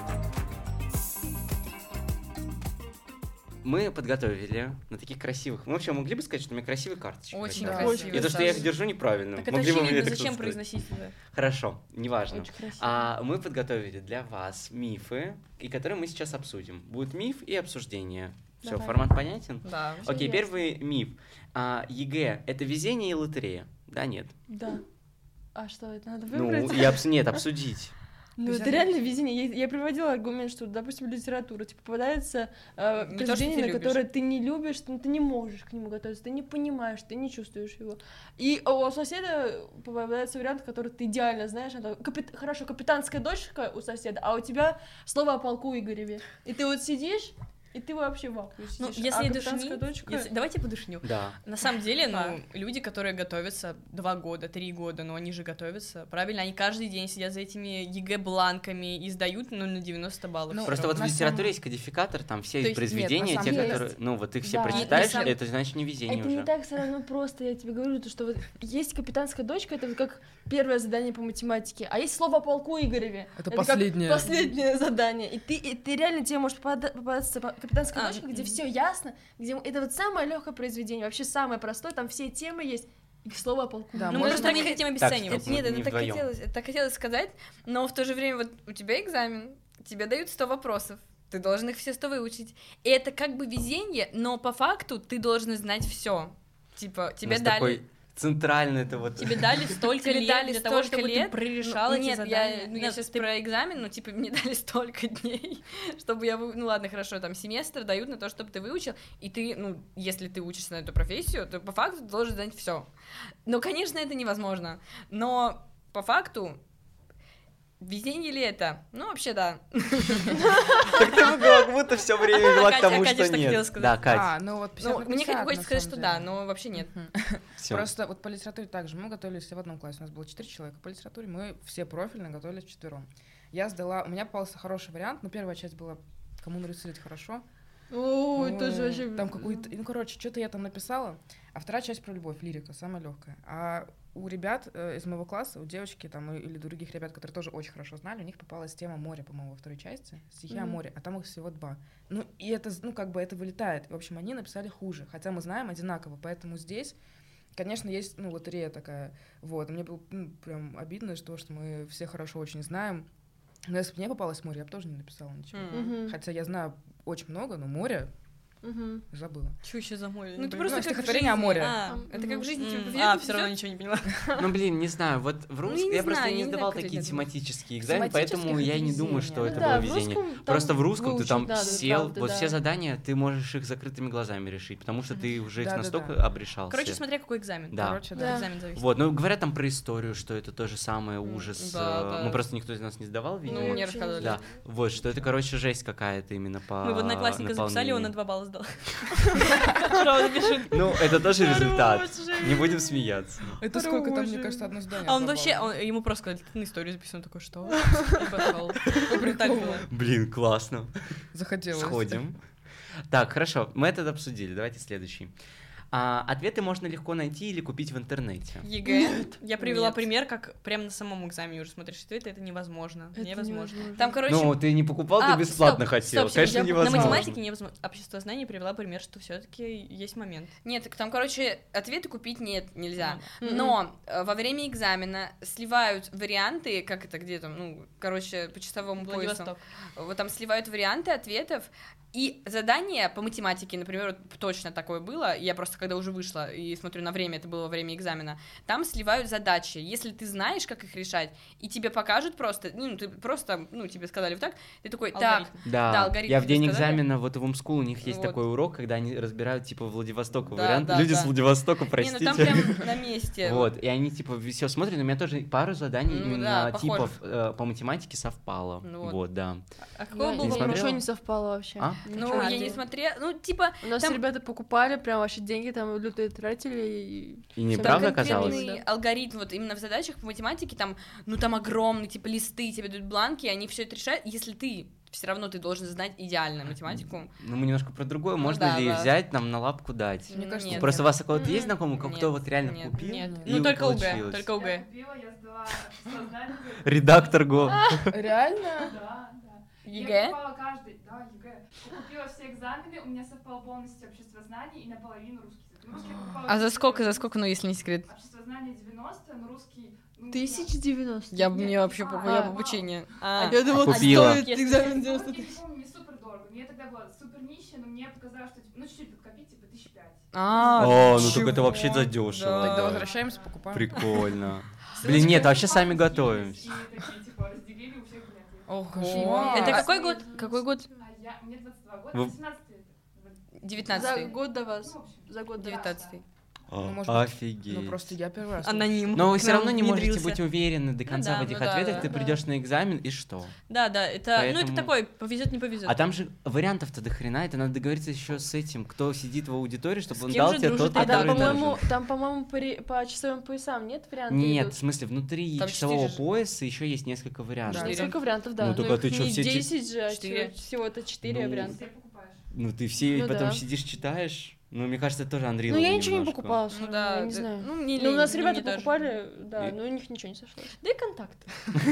Мы подготовили на таких красивых... Мы вообще могли бы сказать, что у меня красивые карточки? Очень возникли? красиво. И то, что я их держу неправильно. Так это Могли бы вы мне очевидно, это зачем сказать? произносить это? Хорошо, неважно. Очень красиво. А мы подготовили для вас мифы, и которые мы сейчас обсудим. Будет миф и обсуждение. Все, Давай. формат понятен? Да. Всё Окей, ясно. первый миф. А, ЕГЭ — это везение и лотерея? Да, нет? Да. А что, это надо Ну, выбрать? и обс- нет, обсудить. Ну, это реально везение. Я, я приводила аргумент, что, допустим, литература, типа, попадается э, Не то, что произведение, ты на любишь. которое ты не любишь, но ты не можешь к нему готовиться, ты не понимаешь, ты не чувствуешь его. И у соседа попадается вариант, который ты идеально знаешь. Это капит- хорошо, капитанская дочка у соседа, а у тебя слово о полку Игореве. И ты вот сидишь, и ты вообще в вакууме Ну, сидишь. если а я капитанская душню, дочка... если- давайте подушню. Да. На самом деле, ну, Да. люди, которые готовятся два года, три года, но они же готовятся, правильно, они каждый день сидят за этими ЕГЭ-бланками и сдают, ну, на девяносто баллов. Ну, Просто вот в на литературе самом- есть кодификатор, там все То есть- произведения, нет, на те, самом деле которые... Ну, вот ты все Да. прочитаешь, И на самом- это значит не везение Это уже. не так все равно просто, я тебе говорю, то, что вот есть капитанская дочка, это вот как первое задание по математике, а есть слово о полку Игореве. Это как последнее. последнее задание. И ты, и ты реально тебе может попада- попадаться по- капитанская А, дочка, где мгм. все ясно, где это вот самое легкое произведение, вообще самое простое, там все темы есть, и слово о полку. Да, Ну, мы может, просто так не и- хотим Так, обесценивать. стоп. Нет, мы это не так вдвоем. хотелось, это так хотелось сказать, но в то же время вот у тебя экзамен, тебе дают сто вопросов, ты должен их все сто выучить. И это как бы везение, но по факту ты должен знать все. Типа, У тебе нас дали... такой центральный это вот... Тебе дали столько Тебе лет дали для того, столько чтобы лет. ты прорешал эти Нет, задания. я, ну, я Ну, сейчас ты- про экзамен, ну, типа, мне дали столько дней, чтобы я... вы- Ну, ладно, хорошо, там, семестр дают на то, чтобы ты выучил, и ты, ну, если ты учишься на эту профессию, то по факту ты должен знать все. Ну, конечно, это невозможно, но по факту везение ли это? Ну, вообще, да. Так ты как будто все время вела к Катя, тому, Катя что что хотела нет. сказать? Да, Катя, А, ну вот пятьдесят Ну, на мне пятьдесят, хочется на сказать, что самом да, деле. но вообще нет. Мгм. всё. Просто вот по литературе также. Мы готовились все в одном классе. У нас было четыре человека по литературе. Мы все профильно готовились вчетвером. Я сдала... У меня попался хороший вариант, но первая часть была «Кому нарисовать хорошо». Ой, Ну, тоже вообще... Там какой-то... Ну, короче, что-то я там написала. А вторая часть про любовь, лирика, самая легкая. А у ребят э, из моего класса, у девочки там и- или других ребят, которые тоже очень хорошо знали, у них попалась тема моря, по-моему, во второй части. Стихи о Мгм. море, а там их всего два. Ну, и это, ну, как бы это вылетает. В общем, они написали хуже, хотя мы знаем одинаково. Поэтому здесь, конечно, есть, ну, лотерея такая. Вот, мне было ну, прям обидно, что, что мы все хорошо очень знаем. Но если бы мне попалось море, я бы тоже не написала ничего. М. Мгм. Хотя я знаю очень много, но море Мгм. забыла. Чё еще за море? Ну, Не это понимаю. просто Ну, как в стихотворение о жизни. море. А, Это как в жизни, тебе М, повезёт, А, не все равно повезёт. ничего не поняла. Ну, блин, не знаю, вот в Ну, русском... я не я просто знаю, не я не сдавал знаю, как такие это тематические экзамены, Тематических поэтому я это не думаю, везение. что Ну это да, было в везение. русском там Просто в русском ты выучить там надо, сел, правда, вот да. все задания ты можешь их закрытыми глазами решить, потому что ты уже их Да-да-да. настолько обрешался. Короче, смотря какой экзамен. Да. Короче, Да. Экзамен зависит. Вот, ну говорят там про историю, что это то же самое М, ужас. да, э, да. Ну просто никто из нас не сдавал, видимо. Ну, мне вообще не рассказывали. Да, вот, что это, короче, жесть какая-то именно по Мы в одноклассника записали, он на наполнению. два балла сдал. Правда, пишет. Ну, это тоже результат. Не будем смеяться. Это сколько там, мне кажется, одно здание. А он вообще, забавно. он- ему просто сказали, ты на историю записан, он такой, что? И пошел. Вот так было. Блин, классно. Захотелось. Сходим. Так, хорошо, мы этот обсудили. Давайте следующий. А, ответы можно легко найти или купить в интернете. ЕГЭ. Я привела Нет. пример, как прямо на самом экзамене уже смотришь ответы, это невозможно. Это Невозможно. Там, короче, Ну, ты не покупал, А, ты бесплатно стоп, хотел. стоп, Конечно, я- невозможно. На математике невозможно. Общество знаний привела пример, что все-таки есть момент. нет, там, короче, ответы купить нет, нельзя. Мгм. Но э, во время экзамена сливают варианты, как это, где там, ну, короче, по часовому поясу. Владивосток. Вот там сливают варианты ответов, и задание по математике, например, вот точно такое было, я просто когда уже вышла и смотрю на время, это было во время экзамена, там сливают задачи, если ты знаешь, как их решать, и тебе покажут просто, ну, ты просто, ну, тебе сказали вот так, ты такой, так, Алгоритм. Да, Да, алгоритм я в тебе день сказали? экзамена вот в Умскул у них есть Вот. такой урок, когда они разбирают типа Владивостока Да, варианты. да, Люди да. с Владивостока, не, простите. ну там прям на месте. Вот, и они типа все смотрят, у меня тоже пару заданий Ну именно да, похоже. типов э, по математике совпало. Ну вот. Вот, да. А Я- какой был не я- смотрела? Ничего не совпало вообще. А? Ну, Чё, я а не ты? смотрела, ну, типа, У нас там- ребята покупали, прям ваши деньги там лютые тратили. И... И не Там правда там оказалось? конкретный алгоритм, вот именно в задачах по математике, там, ну, там огромные, типа, листы, тебе дают бланки, и они все это решают, если ты, все равно ты должен знать идеально математику. Ну, мы немножко про другое. Ну Можно да, ли да. взять, нам на лапку дать? Мне Ну, кажется, нет. Просто у вас такой вот М-м. есть знакомый, кто Нет, вот реально нет, купил? Нет. и Ну, только УГ. получилось? Только УГ. купила, я сдала общество знаний. Редактор ГО. Реально? Да, да. Я ЕГЭ? покупала каждый, да, ЕГЭ. Я купила все экзамены, у меня совпало полностью общество знаний и наполовину русский язык. Ну, русский я покупала А за чуть-чуть сколько, за больше. сколько, ну, если не секрет? Общество знаний девяносто, но русский... ну, Тысяч девяносто. Я Нет, мне вообще а, похуй, я а, в обучении. А, Я думала, Купила. стоит я- экзамен ну, девяносто я тысяч. не помню, не супер дорого. Мне тогда было супер нищее, но мне показалось, что, типа, ну, чуть-чуть подкопить, типа, тысяч пять. а, О, ну так чего? это вообще задешево. Тогда да. возвращаемся, покупаем. Прикольно. Блин, нет, вообще сами готовимся. И такие, типа, разделили, у всех были ответы. Ого. Кошмар. Это А, какой год? Какой год? А я, мне двадцать два года, Вы- восемнадцатый это. За девятнадцатый. год до вас. Ну, в общем, За год до вас. девятнадцатый. О, Ну, может быть, Офигеть. Ну, просто я первый раз. Аноним. Но вы к все нам равно не можете внедрился. быть уверены до конца да, в этих ну да, ответах. да, Ты да. придешь на экзамен и что? Да, да, это, ну это Поэтому- такой, повезет, не повезет. А там же вариантов-то до хрена, это надо договориться еще с этим, кто сидит в аудитории, чтобы С он кем дал же тебе дружит тот, А там, который по-моему, нужен. там, по-моему, по, ре- по часовым поясам нет вариантов? Нет, идут? в смысле, внутри Там часового четыре же. пояса еще есть несколько вариантов. Да, Четыре. сколько вариантов, да. Ну, только ты их чё, не все те- десять же, а Четыре. всего- всего-то четыре Ну, варианта. все покупаешь. Ну ты все Ну потом да. сидишь, читаешь. Ну, мне кажется, это тоже Андрей. Ну, я ничего не покупала, всё Ну равно, да, я не да. знаю. Ну, мне Ну, у лень, нас ну, ребята мне тоже. покупали, да, И- но у них ничего не сошлось. Да и контакты.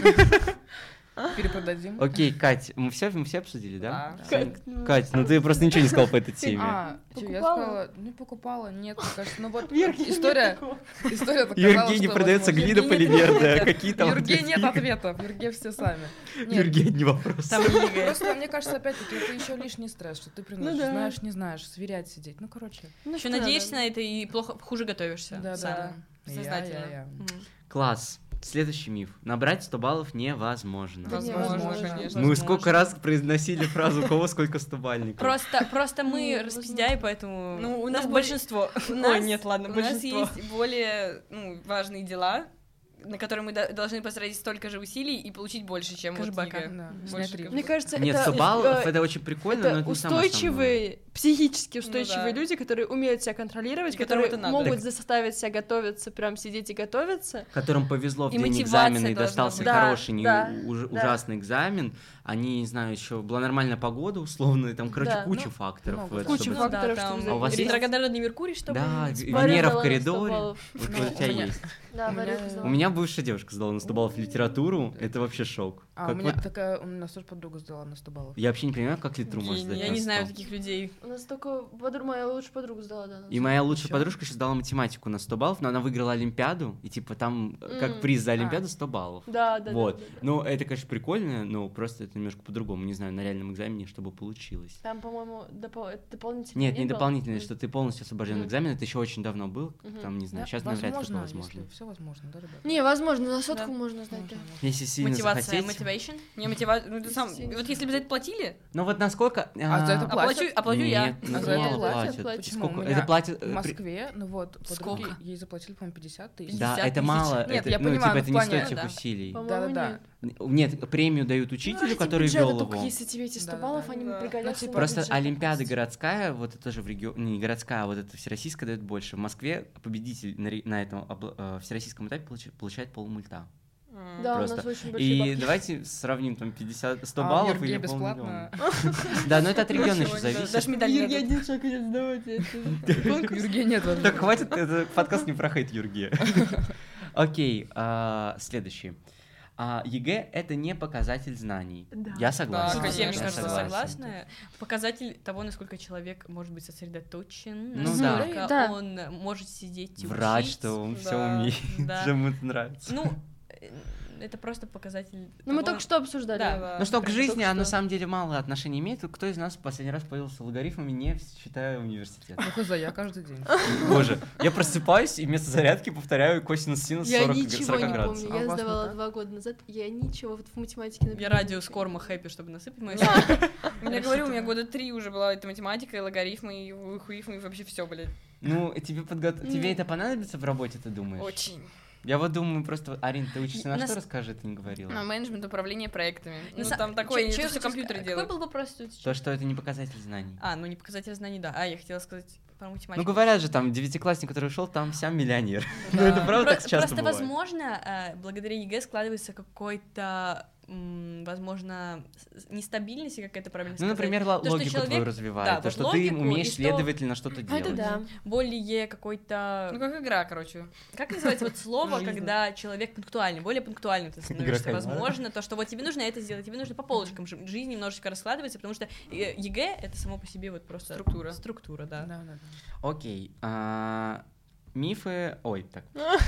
Перепродадим. Окей, Кать, мы все, мы все обсудили, да? Да. Всё. Кать, ну ты просто ничего не сказал по этой теме. А, чё, я Покупала? сказала, не покупала, нет, мне кажется, ну вот история, история В доказала, Юрге не что продается возможно. глина Юрге нет полимерная, ответов. какие там В Юрге ответы? нет ответов, в Юрге все сами. Нет, Юрге одни вопросы. Там ЕГЭ. просто мне кажется, опять-таки, это еще лишний стресс, что ты приносишь, да. знаешь, не знаешь, сверять сидеть, ну, короче. Ну, Еще что надеешься надо? на это и плохо, хуже готовишься. Да, сам. да. Сознательно. Я, я, я. Мгм. Класс. Следующий миф. Набрать сто баллов невозможно. Да Возможно, невозможно. конечно. Мы сколько раз произносили фразу, у кого сколько стобальников. Просто, просто мы Ну, распиздяи, поэтому Ну, у у нас нас большинство. У Ой, нас- нет, ладно, У нас большинство. есть более ну, важные дела, на которые мы до- должны потратить столько же усилий и получить больше, чем вот Кэшбэка. ЕГЭ. Да, Больше снять три. Мне кажется, Нет, это, сто баллов, э, это очень прикольно, но это это не самое основное. устойчивые, психически устойчивые да. люди, которые умеют себя контролировать, И которым которые это надо. могут Так- заставить себя готовиться, прям сидеть и готовиться. Которым повезло в И день мотивация экзамена и должна достался быть. Да, хороший, не да, уж- да. ужасный экзамен, они, не знаю, еще была нормальная погода, условно, и там, короче, Да, куча ну, факторов. много, в это, Куча чтобы- факторов, Да, чтобы там А у вас забить. есть? Ретроградный Меркурий, чтобы... Да, Варя Венера в сдала на сто коридоре. баллов. Вот Ну, у тебя у меня- есть. Да, У Варя меня- сдала. У меня бывшая девушка сдала на сто баллов литературу, это вообще шок. А, Как у меня вы- такая, у нас тоже подруга сдала на сто баллов. Я вообще не понимаю, как литру можно сдать Я на не знаю сто. таких людей. У нас только подруга, моя лучшая подруга сдала, да. на И сто. моя лучшая Ещё? подружка сейчас сдала математику на сто баллов, но она выиграла Олимпиаду, и типа там э, как М. приз за А. Олимпиаду сто баллов. Да, да, Вот. да, да, да. Ну, это, конечно, прикольно, но просто это немножко по-другому. Не знаю, на реальном экзамене, чтобы получилось. Там, по-моему, допол- это дополнительно Нет, не было? дополнительно, М. что ты полностью освобожден от Мгм. экзамена, это еще очень давно был, Мгм. там, не знаю, Да, сейчас навряд ли возможно, такое возможно. Все возможно, да, ребята? Не, Не, возможно, на сотку Да. можно сдать, да. Если сильно Мотивация, захотеть. motivation. Не мотивация, ну это сам, Сильно. вот если бы за это платили, Ну вот насколько... А за это платят? оплачу, оплачу я. Нет, А ну, за это мало платят? платят. Платят. Почему? Сколько? У меня Это платят... В э, при- Москве, ну вот, подруге, Сколько? ей заплатили, по-моему, пятьдесят тысяч. Да, пятьдесят это тысяч. мало. Нет, это, я ну, понимаю, типа, но это в не плане- стоит тех Да. усилий. По-моему, Да-да-да. нет. Нет, премию дают учителю, Ну, который бюджета вел только его. если тебе эти сто Да-да-да. баллов, они Да. пригодятся. Ну, типа, на Просто бюджет Олимпиада попасть. городская, вот это тоже в регионе, не городская, а вот эта всероссийская дает больше. В Москве победитель на, ре- на этом обла- э, всероссийском этапе получи- получает полмульта. М. Да, Просто. у нас очень большие И бабки. давайте сравним там пятьдесят, сто А в баллов Юрге или бесплатно. полмиллиона. Да, но это от региона еще Ничего не зависит. Даже медаль нет. один шаг идет сдавать. К Юрге нет вообще. Так, хватит, это подкаст не про хейт Юрге. Окей, а, следующий. А, ЕГЭ — это не показатель знаний. Да. Я согласен. Да, Все, мне конечно, кажется, согласен. согласны. Показатель того, насколько человек может быть сосредоточен, Ну насколько да. он может сидеть и Врач, учить. что он все Да, умеет, да. что ему это нравится. Ну, э, это просто показатель. Ну, мы того- только что обсуждали. Да. Ну что, к прям жизни, только а на что. самом деле мало отношения имеет. Кто из нас в последний раз пользовался логарифмами, не считая университет? Ну, хз, я каждый день. Боже, я просыпаюсь и вместо зарядки повторяю косинус синус Я сорок ничего сорок не градусов. помню. А у Я вас не сдавала так? два года назад. Я ничего вот в математике, Я например, радиус не корма хэппи, чтобы насыпать мою Я говорю, у меня года три уже была эта математика, и логарифмы, и хуифмы, и вообще все, блядь. Ну, тебе, подго- тебе это понадобится в работе, ты думаешь? Очень. Я вот думаю, просто, Арин, ты учишься на На что, с- расскажи, ты не говорила. На менеджмент управление проектами. На Ну, са- там такое, Чё- чё я это все хочу компьютеры сказать? делают. Какой был вопрос тут? То, что это не показатель знаний. А, ну не показатель знаний, да. А, я хотела сказать про математику. Ну, говорят же, там, девятиклассник, который ушел, там сам миллионер. Ну, Да. это правда Про- так часто Просто, бывает. возможно, э, благодаря ЕГЭ складывается какой-то, м, возможно, с- нестабильность, или как это правильно Ну, сказать. например, ла- То, что логику твою человек- развивает. да, То, вот что ты логику, умеешь и что- следовательно что-то делать. Это да. Более какой-то... Ну, как игра, короче. Как называется вот слово, Жизнь. когда человек пунктуальный, более пунктуальным ты становишься. Игра кальмара. Возможно, то, что вот тебе нужно это сделать, тебе нужно по полочкам, жи- жизнь немножечко раскладывается, потому что э, ЕГЭ — это само по себе вот просто... Структура. Структура, да. Да-да-да. Окей. а, Мифы... Ой, так.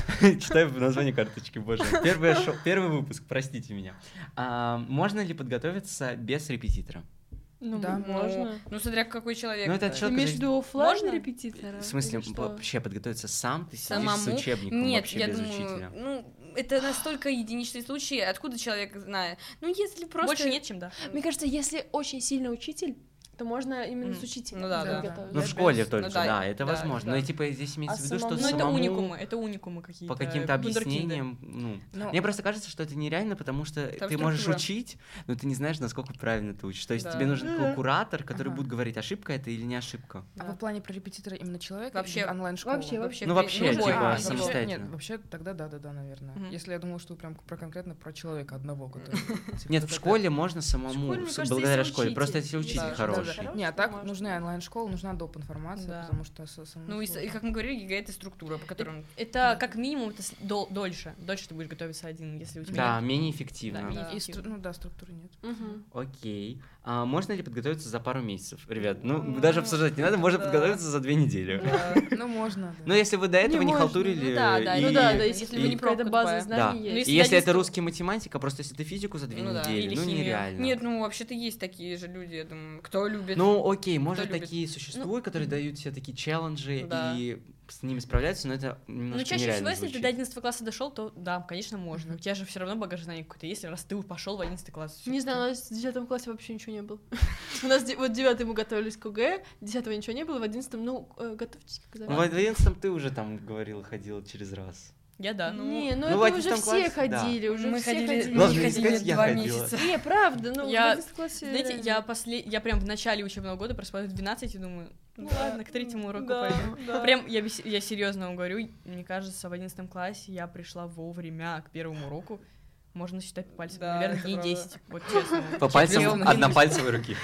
Читаю название карточки, боже. Первый, шо- Первый выпуск, простите меня. А, Можно ли подготовиться без репетитора? Ну, Да. можно. Ну, смотря какой человек. Ну, это да. от человека зависит. Между оффлайн Можно? репетитора. В смысле, или что? вообще подготовиться сам? Ты сидишь Самому? с учебником Нет, вообще я без думаю, учителя? ну, это настолько единичный случай, откуда человек знает. Ну, если просто... Больше нет, чем да. Мне кажется, если очень сильный учитель, то можно именно Мгм. с учителем Ну да, да. подготовиться. Ну, в без- школе ну только, да, да, это да, возможно. да. Но, типа, здесь имеется А в виду, что самому- Ну, это самому уникумы, это уникумы какие-то. по каким-то вундеркинды. объяснениям, ну, Ну, мне просто кажется, что это нереально, потому что Там ты можешь структура. учить, но ты не знаешь, насколько правильно ты учишь. То есть Да. тебе нужен ку- куратор, который Ага. будет говорить, ошибка это или не ошибка. А вы в плане про репетитора именно человека Вообще- или онлайн-школу? вообще, Вообще, Ну, при- вообще, любой. типа, А, вообще- самостоятельно. Нет, вообще тогда да-да-да, наверное. Мгм. Если я думала, что вы прям про конкретно про человека одного, который... типа, Нет, в вот школе можно самому, школе, мне с- кажется, благодаря если школе. учитель, Просто если если учитель Да, хороший. это- да. Не, а так Можно. нужна онлайн-школа, нужна доп. Информация, Да. потому что со- самому Ну, и, с- сложно. и как мы говорили, ЕГЭ — это структура, по которой... Это как минимум это с- дол- дольше. Дольше ты будешь готовиться один, если у тебя Да, нет- менее эффективно. Да, менее И эффективно. стру- ну да, структуры нет. Мгм. Окей. А можно ли подготовиться за пару месяцев? Ребят, ну даже обсуждать не надо, можно Да. подготовиться за две недели. Да. Ну, можно, да. Но если вы до этого Не не можно. халтурили... Ну да, да, и- Ну да, да, и- если, если вы вы не не какая-то пробка база тупая. Да. знаний Ну, есть. если И если я это дисту- русский математика, просто если ты физику за две Ну да. недели, Или ну химию. нереально. Нет, ну, вообще-то есть такие же люди, я думаю. Кто любит... Ну, окей, может, любит? такие существуют, которые дают себе такие челленджи Да. и с ними справляются, но это Ну, немножко чаще нереально всего, если ты звучит. до одиннадцатого класса дошел, то да, конечно, можно. У тебя же все равно багаж знаний какой-то есть, раз ты пошел в одиннадцатый класс. Не знаю, у нас в девятом классе вообще ничего не было. У нас де- вот девятый мы готовились к ОГЭ, десятого ничего не было, в одиннадцатом, ну, э, готовьтесь к Ну, в экзамену. одиннадцатом ты уже там говорила, ходила через раз. Я да. Ну, Не, ну ну, в это уже одиннадцатом все классе, да. ходили, уже мы все ходили, ходили. Ладно, мы не ходили сказать, я два ходила. месяца. Не, правда, ну, Я- в одиннадцатом классе Знаете, реально. я после, я прям в начале учебного года просыпаюсь в двенадцать и думаю, ну Да. ладно, к третьему уроку Да, пойду. да. Прям, я, бес- я серьезно вам говорю, мне кажется, в одиннадцатом классе я пришла вовремя к первому уроку. Можно считать по пальцам, Да, наверное, это дней правда. десять, вот честно. По пальцам Чемпион. однопальцевой руки.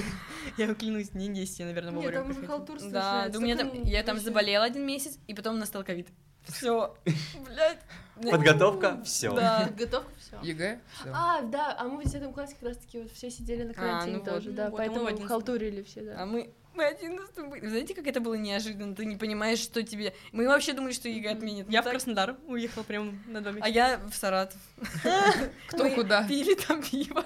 Я клянусь, дней десять я, наверное, Нет, вовремя там уже приходила. халтурство Да, начинается, да, у меня там, такой, я там вообще. заболела один месяц, и потом настал ковид. Все, блядь. Подготовка, все. Да. Подготовка, все. ЕГЭ, все. А, да, а мы в десятом классе как раз-таки вот все сидели на карантине ну вот. тоже, Ну да, вот, а мы в поэтому одиннадцатом. халтурили все, А да. мы, мы одиннадцатом были. Знаете, как это было неожиданно? Ты не понимаешь, что тебе... Мы вообще думали, что ЕГЭ отменят. Я Ну в так- Краснодар уехала прямо на доме. А я в Саратов. Кто Мы куда? Пили там пиво.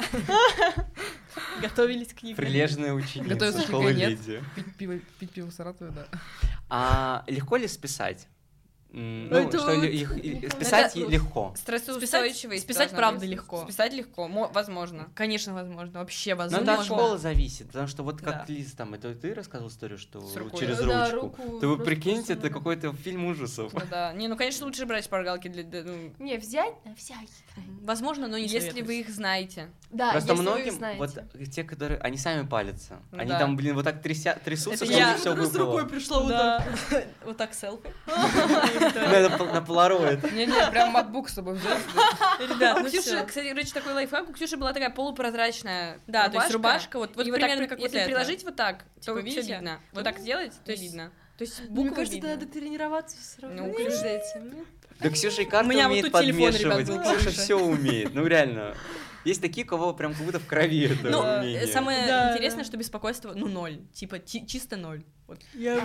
Готовились к ним. Прилежная ученица Готовиться к школы ЕГЭ нет. леди. Пить пиво, пить пиво в Саратове, да. А легко ли списать? М, Это Ну, что вот- ли- их- их- списать Это- легко. Стрессоустойчивость. Списать должна правда быть. легко. Списать легко, мо- возможно. Конечно, возможно, вообще Но возможно. это от школы зависит, потому что вот как Да. Лиз там, это ты рассказывал историю, что С рукой. через Да, ручку. руку Ты вы просто прикиньте, это просунули. какой-то фильм ужасов. Ну да. Не, ну, конечно, лучше брать шпаргалки для... для- ну, Не, взять, да, взять. Возможно, но не если советуюсь. вы их знаете. Да, Просто если вы многим, знаете. вот те, которые, они сами палятся. Ну Они да. там, блин, вот так тряся, трясутся, Это чтобы я все с рукой выпало. пришла вот Да. так. Вот так селфи. На, на, на полароид. Не-не, прям макбук с собой взять. Ребят, У ну Ксюши, всё. кстати, короче, такой лайфхак. У Ксюши была такая полупрозрачная Да, то есть рубашка, вот, вот и вот так примерно при- как вот если это. приложить вот так, то Типа, все видите? видно. Вот так сделать, то То есть- видно. То есть Мне буквы кажется, видно. надо тренироваться все равно. Ну, перед конечно. этим. Да Ксюша и карты У меня вот умеет тут телефон, ребят, подмешивать. был Ксюша повыше. все умеет. Ну реально. Есть такие, у кого прям как будто в крови это Ну, умение. э, самое Да, интересное, да. что беспокойство, ну, ноль. Типа, ти- чисто ноль. Вот.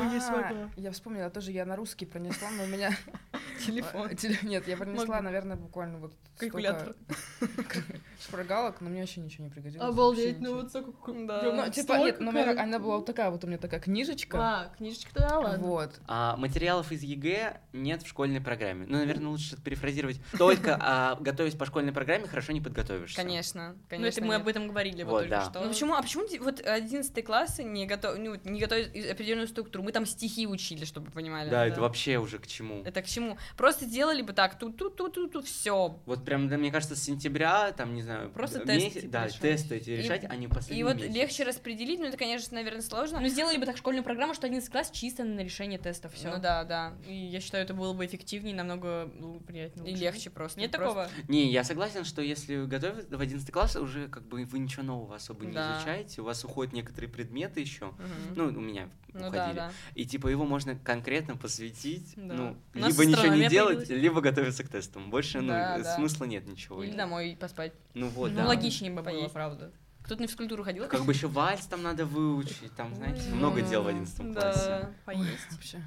А, Я вспомнила, тоже я на русский пронесла, но у меня... Телефон. Теле- Нет, я пронесла, Могу. наверное, буквально вот Калькулятор. столько шпаргалок, но мне вообще ничего не пригодилось. Обалдеть, вообще ну ничего. вот сколько... Да. прям Ну, типа, столько нет, ну, у меня как- как- она была вот такая, вот у меня такая книжечка. А, книжечка-то да, ладно. Вот. А материалов из ЕГЭ нет в школьной программе. Ну, наверное, лучше перефразировать. Только а, готовясь по школьной программе, хорошо не подготовишься. Конечно, Ну, конечно. это мы нет. об этом говорили вот Вот, только да. что. Ну почему, а почему ди- вот одиннадцатые классы не готов, ну, вот не готовят и- определенную структуру? Мы там стихи учили, чтобы вы понимали. Да, это вообще уже к чему. Это к чему? Просто делали бы так, тут-тут-тут-тут, все. Вот прям, да, мне кажется, с сентября, там, не знаю, Просто м- тесты месяц- типа да, решать. тесты эти решать, а не И последний вот месяц. легче распределить, но это, конечно, наверное, сложно. Ну, сделали бы так школьную программу, что одиннадцатый класс чисто на решение тестов, все. Ну да, да. И я считаю, это было бы эффективнее, намного ну, приятнее. И лучше. легче просто. Нет Просто- такого? Не, я согласен, что если готовят в одиннадцатый класс, уже как бы вы ничего нового особо не Да. изучаете, у вас уходят некоторые предметы еще. Мгм. Ну, у меня Ну да, уходили. да. И типа его можно конкретно посвятить, Да. ну, У нас либо ничего не астрономия делать, появилась. либо готовиться к тестам. Больше, ну, Да, э, да. смысла нет ничего. Или домой поспать. Ну вот, Ну, да. логичнее бы было, Поесть. правда. Кто-то на физкультуру ходил? Как бы еще вальс там надо выучить, там, знаете, Ой, много ну, дел в одиннадцатом классе. Да. Поесть. Вообще.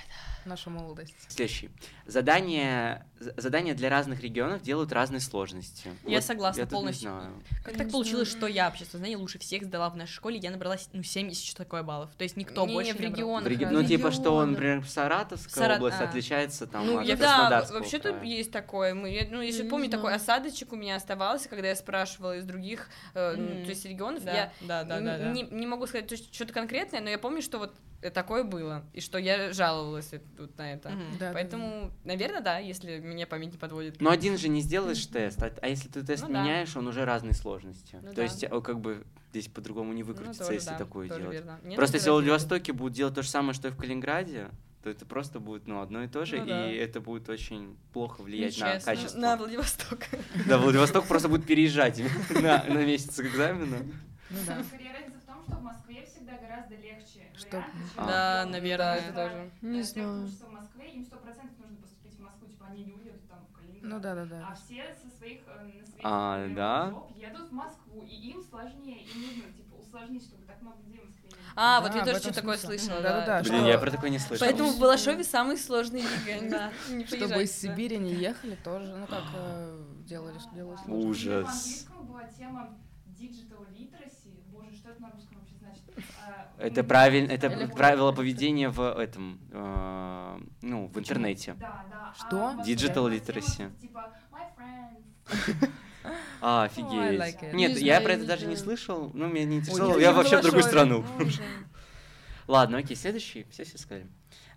Наша молодость. Следующий. Задания, з- задания для разных регионов делают разной сложности. Я Вот согласна я тут не полностью. знаю. Как так получилось, что я общество знаний лучше всех сдала в нашей школе, я набрала ну, семьдесят что такое баллов. То есть никто Не, больше в не набрал. регионах. В реги- а, Ну, типа, что он, регионы. например, Саратовская Сара- область а. отличается там Ну, от я, да, Краснодарского вообще края. тут есть такое. Мы, я, ну, я еще Не помню, такой знаю. осадочек у меня оставался, когда я спрашивала из других, э, ну, Мгм. то есть регионов. Да, Я да, да, н- да, да. Не, не могу сказать то есть, что-то конкретное, но я помню, что вот такое было, и что я жаловалась э- вот на это. Мгм. Да, Поэтому, наверное, да, если меня память не подводит. Но один же не сделаешь тест, а, а если ты тест Ну да. меняешь, он уже разной сложности. Ну То да. есть, э, как бы здесь по-другому не Ну, выкрутиться, тоже, если да, такое тоже делать. верно. Нет, Просто это если в разделить. Владивостоке будут делать то же самое, что и в Калининграде, то это просто будет ну, одно и то же, Ну да. и это будет очень плохо влиять на Нечестно. качество. На Владивосток. Да, Владивосток просто будет переезжать на, на месяц к экзамену. Ну да. Скорее разница в том, что в Москве всегда гораздо легче Что? варианты, чем А. в Да, регионах. наверное, это тоже. Не Те, кто знаю. учатся в Москве, им сто процентов нужно поступить в Москву, типа они не уедут там в Калининград. Ну да, да, А да. все со своих, э, на своих А, например, да? жоп едут в Москву, и им сложнее, им нужно, типа, усложнить, чтобы так много людей в Москве не было. А, Да, вот я в тоже этом что-то такое смысл. слышала. Да, да, да. Блин, что- я про такое не слышал. Поэтому в Балашове самый сложный ЕГЭ. Да. Не Чтобы из поезжайте. Сибири не ехали, тоже, ну как э, делали, что делали сложно. У меня Ужас. по-английскому была тема digital literacy. Боже, что это на русском вообще значит? А, Это м, правильно, это Или- правило поведения в этом, э, ну, в интернете. Да, да. Что? А в Digital Москве literacy. тема, Типа, my friends. А, I офигеть. like it. Нет, Не я знаю, про это не даже не знаю. слышал, ну, меня не интересовало, я я в вообще в другую страну. Ну, уже. Ладно, окей, следующий, все все сказали.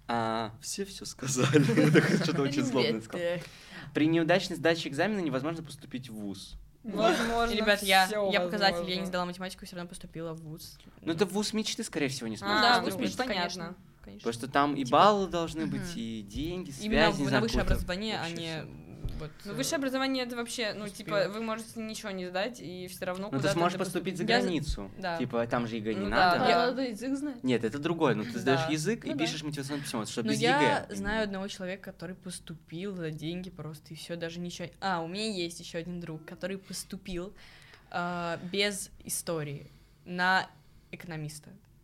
А, все все сказали, Это что-то очень злобно сказал. При неудачной сдаче экзамена невозможно поступить в вуз. Возможно, Ребят, я, всё я показатель, я возможно. не сдала математику, все равно поступила в ВУЗ. Ну, это вуз мечты, скорее всего, не А, сможешь да, ну, вуз поступить. мечты, понятно. конечно. конечно. Потому что там и Типа- баллы должны Мгм. быть, и деньги, связи, Именно не на знаю, высшее какое-то образование, а вообще не всё. вот... Ну, э, высшее образование это вообще, ну, успела. типа, вы можете ничего не сдать, и все равно Ну, ты куда-то сможешь это поступить за Я за- границу. да. Типа, там же ЕГЭ не Ну надо. да. А, Я- надо язык знать. Нет, это другое. Ну, ты сдаешь Да. язык и Ну да. пишешь мотивационное письмо, что Но без я ЕГЭ. знаю одного человека, который поступил за деньги просто, и все, даже ничего... А, у меня есть еще один друг, который поступил а, без истории на экономиста.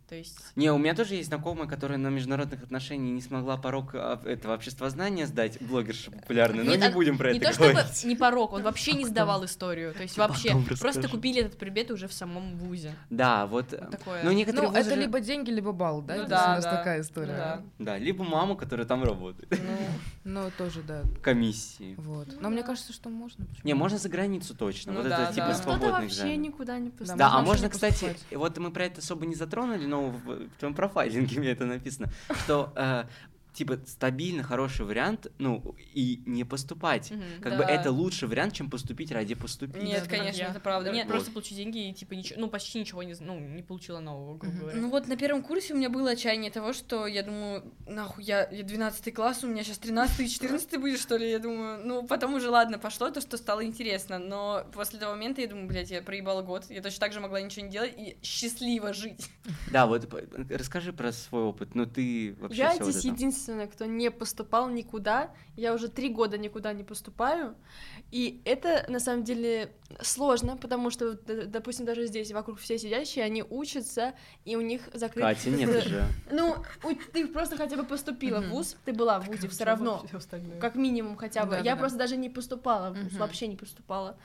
То есть... Не, у меня тоже есть знакомая, которая на международных отношениях не смогла порог а, этого обществознания сдать, блогерша популярная, но Нет, не а- будем про не это то говорить. чтобы не порог, он вообще не сдавал историю. То есть вообще Потом просто расскажу. купили этот предмет уже в самом вузе. Да, вот. Вот такое. Ну, некоторые Ну, это вузы же- либо деньги, либо балл, да? Ну То есть да, у нас да. такая история. Да. Да, либо мама, которая там работает. Ну, тоже, да. Комиссии. Вот. Но мне кажется, что можно. почему Не, нет? можно за границу точно. Ну вот да, это типа да. Кто-то свободный вообще экзамен. никуда не поступает. Да, а можно можно, не кстати, поступать. вот мы про это особо не затронули, но в, в твоем профайлинге мне это написано, что э, типа стабильно хороший вариант, ну, и не поступать. Мгм. Как Да. бы это лучший вариант, чем поступить ради поступить. Нет, Да, да, конечно, Я- это правда. Нет, Вот. просто получить деньги и типа ничего, ну почти ничего не, з- ну, не получила нового, грубо Мгм. говоря. Ну вот на первом курсе у меня было отчаяние того, что я думаю, нахуй, я, я двенадцатый класс, у меня сейчас тринадцатый и четырнадцатый будет, что ли, я думаю, ну потом уже ладно, пошло то, что стало интересно, но после того момента я думаю, блядь, я проебала год, я точно так же могла ничего не делать и счастливо жить. Да, вот п- расскажи про свой опыт. Ну ты вообще Я всё вот здесь это. единственная, кто не поступал никуда. Я уже три года никуда не поступаю. И это, на самом деле, сложно, потому что, вот, д- допустим, даже здесь вокруг все сидящие, они учатся, и у них закрыт... Катя, нет же. Ну, у- ты просто хотя бы поступила в вуз, ты была в вузе все равно, как минимум хотя бы. Я Да-да-да. просто даже не поступала в вуз, Мгм. вообще не поступала.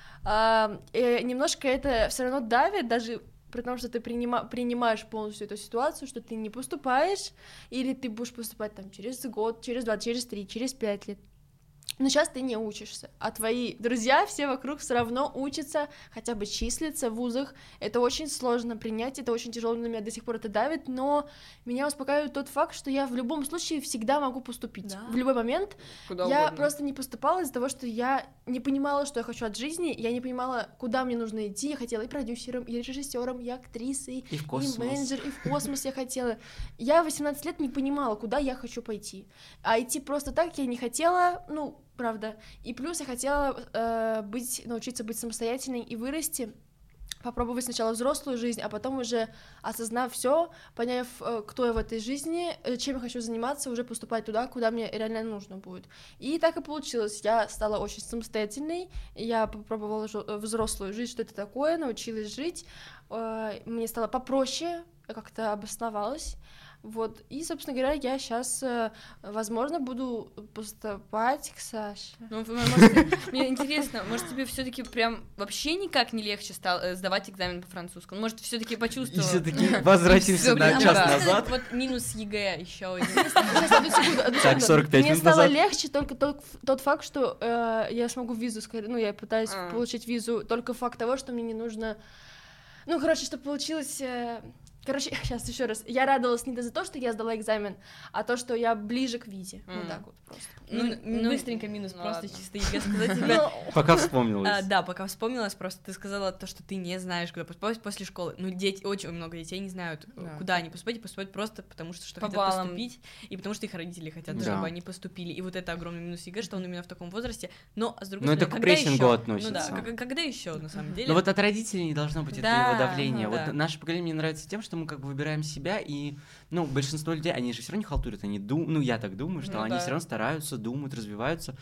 А, э, немножко это все равно давит, даже при том, что ты принима- принимаешь полностью эту ситуацию, что ты не поступаешь, или ты будешь поступать там через год, через два, через три, через пять лет. Но сейчас ты не учишься, а твои друзья все вокруг все равно учатся, хотя бы числятся в вузах. Это очень сложно принять, это очень тяжело на меня до сих пор это давит, но меня успокаивает тот факт, что я в любом случае всегда могу поступить. Да. В любой момент. Куда Я угодно. просто не поступала из-за того, что я не понимала, что я хочу от жизни, я не понимала, куда мне нужно идти. Я хотела и продюсером, и режиссером, и актрисой, И в и космос. менеджер, и в космос я хотела. Я в восемнадцать лет не понимала, куда я хочу пойти. А идти просто так я не хотела, ну, правда. И плюс я хотела э, быть, научиться быть самостоятельной и вырасти, попробовать сначала взрослую жизнь, а потом уже, осознав все, поняв, э, кто я в этой жизни, э, чем я хочу заниматься, уже поступать туда, куда мне реально нужно будет. И так и получилось. Я стала очень самостоятельной, я попробовала жо- э, взрослую жизнь, что это такое, научилась жить, э, мне стало попроще, я как-то обосновалась. Вот, и, собственно говоря, я сейчас, возможно, буду поступать к Саше. Ну, вы- может, мне интересно, может, тебе все-таки прям вообще никак не легче стало э, сдавать экзамен по французскому? Может, все-таки И почувствовала? все-таки возвратимся всё на прям, час да. назад. Вот минус ЕГЭ еще один. Сейчас, одну секунду, одну Так, секунду. сорок пять Мне минут стало назад. легче только тот, тот факт, что э, я смогу визу, скорее, ну, я пытаюсь А. получить визу, только факт того, что мне не нужно... Ну, короче, что получилось... э, Короче, сейчас еще раз. Я радовалась не за то, что я сдала экзамен, а то, что я ближе к визе. М. Вот так вот просто. Ну, Ну, ну, быстренько минус, ну просто ладно. чисто ЕГЭ сказать тебе. Ну, Пока А, вспомнилось. да, пока вспомнилась, просто ты сказала то, что ты не знаешь, куда поступать после школы. Ну, дети, очень много детей не знают, Да. куда они поступать, и поступать просто потому, что, что По хотят баллам. поступить, и потому что их родители хотят, Да. чтобы они поступили. И вот это огромный минус ЕГЭ, что он именно в таком возрасте. Но, с другой Но это стороны, к когда прессингу ещё? относится. Ну да, к- когда еще, на самом деле? Но вот от родителей не должно быть Да, этого давления. да. Вот наше поколение мне нравится тем, что мы как бы выбираем себя, и, ну, большинство людей, они же все равно не халтурят, они дум... ну, я так думаю, что Ну они да. все равно стараются, думают, развиваются,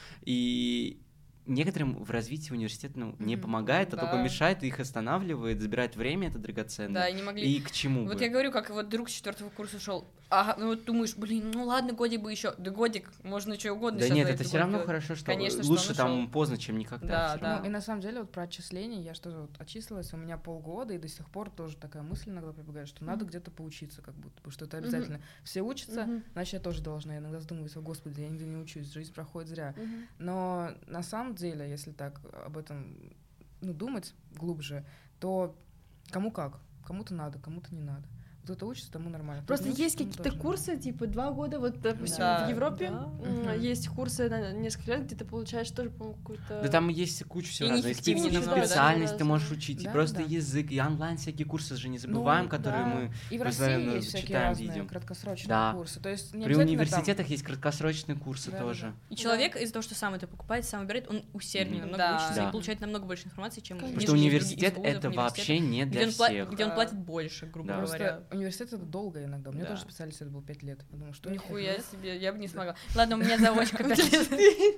и некоторым в развитии университет, ну, не Мгм. помогает, а Да. только мешает, их останавливает, забирает время, это драгоценно. Да, и не могли. И к чему Вот бы? я говорю, как вот друг с четвертого курса шел. Ага, ну вот думаешь, блин, ну ладно, годик бы еще. Да годик, можно что угодно. Да щас нет, за это этот все год равно делать. хорошо, что Конечно, что лучше он там ушёл. поздно, чем никогда. Да, всё да. равно. Ну, и на самом деле, вот про отчисления, я что-то вот отчислилась, у меня полгода, и до сих пор тоже такая мысль иногда прибегает, что надо где-то поучиться, как будто бы, что это обязательно. Все учатся, Мгм. значит, я тоже должна. Я иногда задумываюсь, о, господи, я нигде не учусь, жизнь проходит зря. Мгм. Но на самом деле, если так об этом ну, думать глубже, то кому как? Кому-то надо, кому-то не надо. Кто-то учится, тому нормально. кто-то Просто не учится, есть тому какие-то тоже курсы, типа два года, вот, допустим, Да. в Европе Да. м, Мгм. есть курсы на несколько лет, где ты получаешь тоже, по-моему, какую-то... Да там есть куча всего И разного. И неэффективнее специ- намного, да, специальность ты разные. можешь учить, и Да, просто да. язык, и онлайн всякие курсы же не забываем, Ну, которые да. мы И в постоянно России есть всякие читаем, разные видим. краткосрочные Да. курсы. То есть не При обязательно университетах есть краткосрочные курсы Да, тоже. да, И человек из-за того, что сам это покупает, сам выбирает, он усерднее Мгм. намного Да. учится Да. и получает намного больше информации, чем Конечно. Потому что нежели из университет других вузов, это университетов, вообще не где для он, пла- всех. где он Да. платит больше, грубо Да. Просто говоря. университет это долго иногда. У меня Да. тоже специалист был пять лет. Потому что у них Нихуя себе, я бы не смогла. Ладно, у меня заочка пять лет.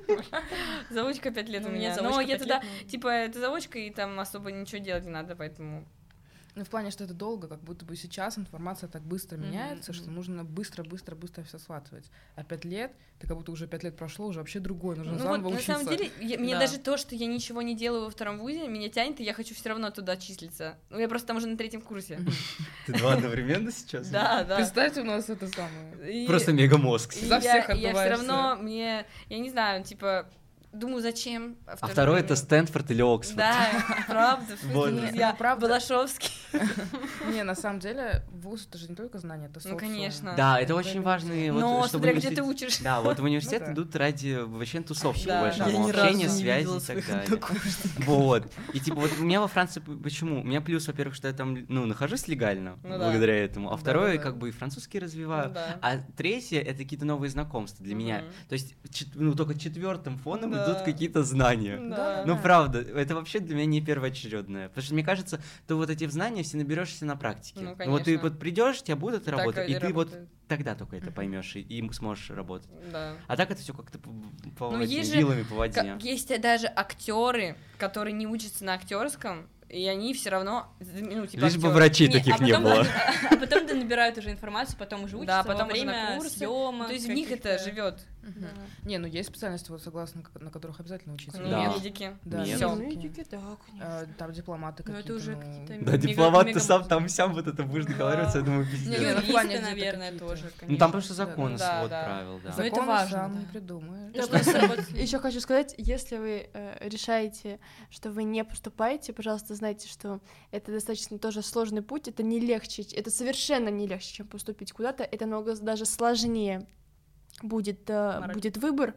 Заочка пять лет Ну, у у меня меня. заочка Но я пять туда, лет, ну. типа, это заочка, и там особо ничего делать не надо, поэтому... Ну, в плане, что это долго, как будто бы сейчас информация так быстро mm-hmm. меняется, что нужно быстро-быстро-быстро все схватывать. А пять лет, ты как будто уже пять лет прошло, уже вообще другое, нужно ну заново вот, учиться. На самом деле, я, мне да. даже то, что я ничего не делаю во втором вузе, меня тянет, и я хочу все равно туда числиться. Ну, я просто там уже на третьем курсе. Ты два одновременно сейчас? Да, да. Представьте, у нас это самое. Просто мегамозг. За всех отдуваешься. Я все равно, мне, я не знаю, типа... Думаю, зачем? А, а второй это Стэнфорд или Оксфорд. Да, правда, в смысле, я Балашовский. Не, на самом деле, вуз — это же не только знания, это социум. Ну, конечно. Да, это очень важно. Но смотря где ты учишь. Да, вот в университет идут ради вообще тусовки большого, общения, связи и так далее. Вот. И типа вот у меня во Франции, почему? У меня плюс, во-первых, что я там, ну, нахожусь легально, благодаря этому, а второе, как бы и французский развиваю, а третье — это какие-то новые знакомства для меня. То есть, ну, только четвертым фоном идут какие-то знания. Да. Ну, правда, это вообще для меня не первоочередное. Потому что, мне кажется, ты вот эти знания все наберешься на практике. Ну, вот ты вот придешь, тебя будут так работать, и, и ты работает. вот тогда только это поймешь и, и сможешь работать. Да. А так это все как-то по, по ну, воде, есть вилами же, по воде. Есть даже актеры, которые не учатся на актерском, и они все равно, ну, типа, лишь актёры. бы врачей не, таких а не было. А потом ты набирают уже информацию, потом уже учатся да, потом во время уже на курсы. съёмок. То есть в них это живет. Uh-huh. Да. Не, ну есть специальности, вот согласна, на которых обязательно учиться. Ну, да. медики. Да, Всё. Медики, да, конечно. Там дипломаты ну, какие-то. это уже ну... какие-то Да, мега- дипломат ты мега- сам там сям вот это будешь договариваться, я думаю, пиздец. Не, не, ну, в Юристы, плане где-то наверное, какие-то. тоже, конечно. Ну там просто законы, Да, свод да. правил, да. Ну, это Законы важно, сам да. не придумаешь. Ну, просто вот еще хочу сказать, если вы э, решаете, что вы не поступаете, пожалуйста, знайте, что это достаточно тоже сложный путь, это не легче, это совершенно не легче, чем поступить куда-то, это намного даже сложнее будет, э, будет выбор,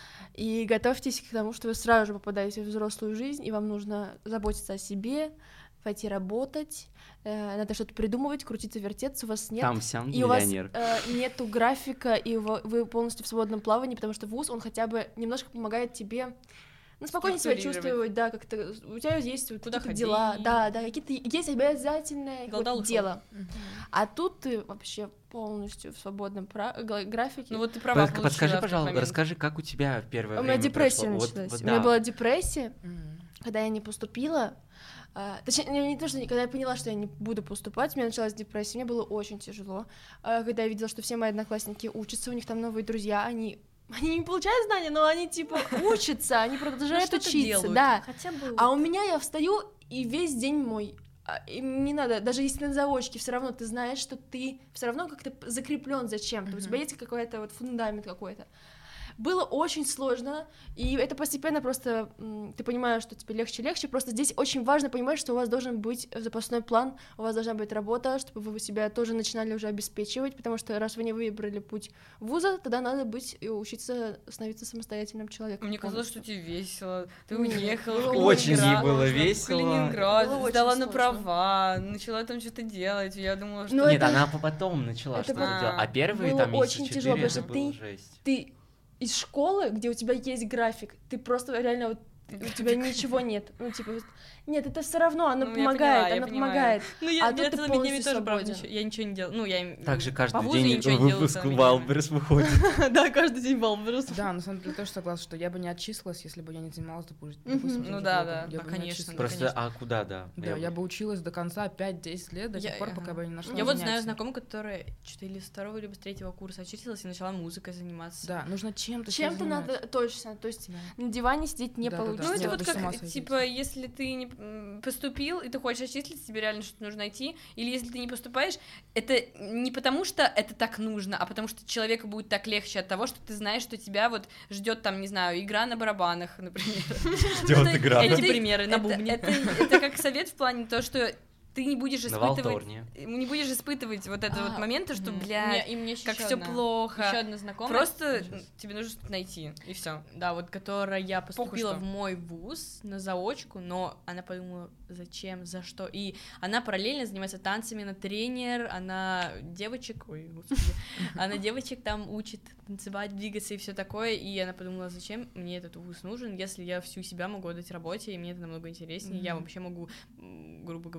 и готовьтесь к тому, что вы сразу же попадаете в взрослую жизнь, и вам нужно заботиться о себе, пойти работать, э, надо что-то придумывать, крутиться, вертеться, у вас нет... Там сям и у вас миллионер. э, нету графика, и вы полностью в свободном плавании, потому что вуз, он хотя бы немножко помогает тебе, ну, спокойнее себя чувствовать, да, как-то у тебя есть вот куда какие-то дела, да, да, какие-то есть обязательное вот дело, uh-huh. а тут ты вообще полностью в свободном пра- графике. Ну вот ты права Под, подскажи, пожалуйста, расскажи, как у тебя в первое у время меня депрессия прошло? началась, Вот, вот, у меня да. была депрессия, Uh-huh. когда я не поступила. А, точнее, не то, что когда я поняла, что я не буду поступать, у меня началась депрессия, мне было очень тяжело. А, когда я видела, что все мои одноклассники учатся, у них там новые друзья, они, они не получают знания, но они типа учатся, они продолжают Ну, что-то учиться, делают. да. Хотя бы... А у меня я встаю, и весь день мой. А, и не надо, даже если на заочке, все равно ты знаешь, что ты все равно как-то закреплен за чем-то, mm-hmm. у тебя есть какой-то вот фундамент какой-то. Было очень сложно, и это постепенно просто ты понимаешь, что тебе легче-легче, просто здесь очень важно понимать, что у вас должен быть запасной план, у вас должна быть работа, чтобы вы себя тоже начинали уже обеспечивать, потому что раз вы не выбрали путь вуза, тогда надо быть и учиться становиться самостоятельным человеком. Мне казалось, что тебе весело, ты Нет, уехала в было Очень ей Калининград, было в весело. Калининград, Было очень сдала на сложно. права, начала там что-то делать, я думала, что... Ну, Нет, это- она потом начала это что-то было- делать, а первые было там месяца очень четыре тяжело, это потому что было ты- жесть. Ты из школы, где у тебя есть график, ты просто реально вот у тебя ничего нет, ну типа нет, это все равно, оно Ну, я помогает, поняла, я оно понимаю. помогает. Ну, я, А я тут ты целыми днями полностью тоже, правда, свободен. ничего- я ничего не делала. Ну, я Также по каждый вузу я день ничего не делала выпуск целыми днями. Валберс выходит. Да, каждый день Валберс. Да, на самом деле тоже согласна, что я бы не отчислилась, если бы я не занималась, допустим, Мгм. допустим, Ну тем же да, блогом. да, Я да, бы не конечно, отчислилась. Просто, а куда, да? Да, я бы училась до конца пять-десять лет, до Я- тех пор, ага. пока бы я не нашла Я вот знаю занятия. знакомую, которая что-то или с второго, либо с третьего курса очистилась и начала музыкой заниматься. Да, нужно чем-то себя Чем-то занимать. надо точно, то есть Да. на диване сидеть не Да-да-да. получится. Ну, это Нет, вот ты с ума как, сойдёшь. типа, если ты не м, поступил, и ты хочешь отчислиться, тебе реально что-то нужно найти, или если ты не поступаешь, это не потому, что это так нужно, а потому что человеку будет так легче от того, что ты знаешь, что тебя вот ждет там, не знаю, игра на барабанах, например. Ждет Это- игра. Эти это- примеры на это- бубне. Это это как совет в плане того, что ты не будешь На испытывать, Валторне. не будешь испытывать вот это вот А, моменты, что, Мгм. бля, У меня- и мне ещё как ещё все одна- плохо. Еще одна знакомая. Просто тебе нужно что-то найти, и все. Да, вот которая поступила что. в мой вуз на заочку, но она подумала, зачем, за что. И она параллельно занимается танцами, она тренер, она девочек, ой, господи, она девочек там учит танцевать, двигаться и все такое, и она подумала, зачем мне этот вуз нужен, если я всю себя могу отдать работе, и мне это намного интереснее, я вообще могу, м, грубо говоря, ну, не знаю,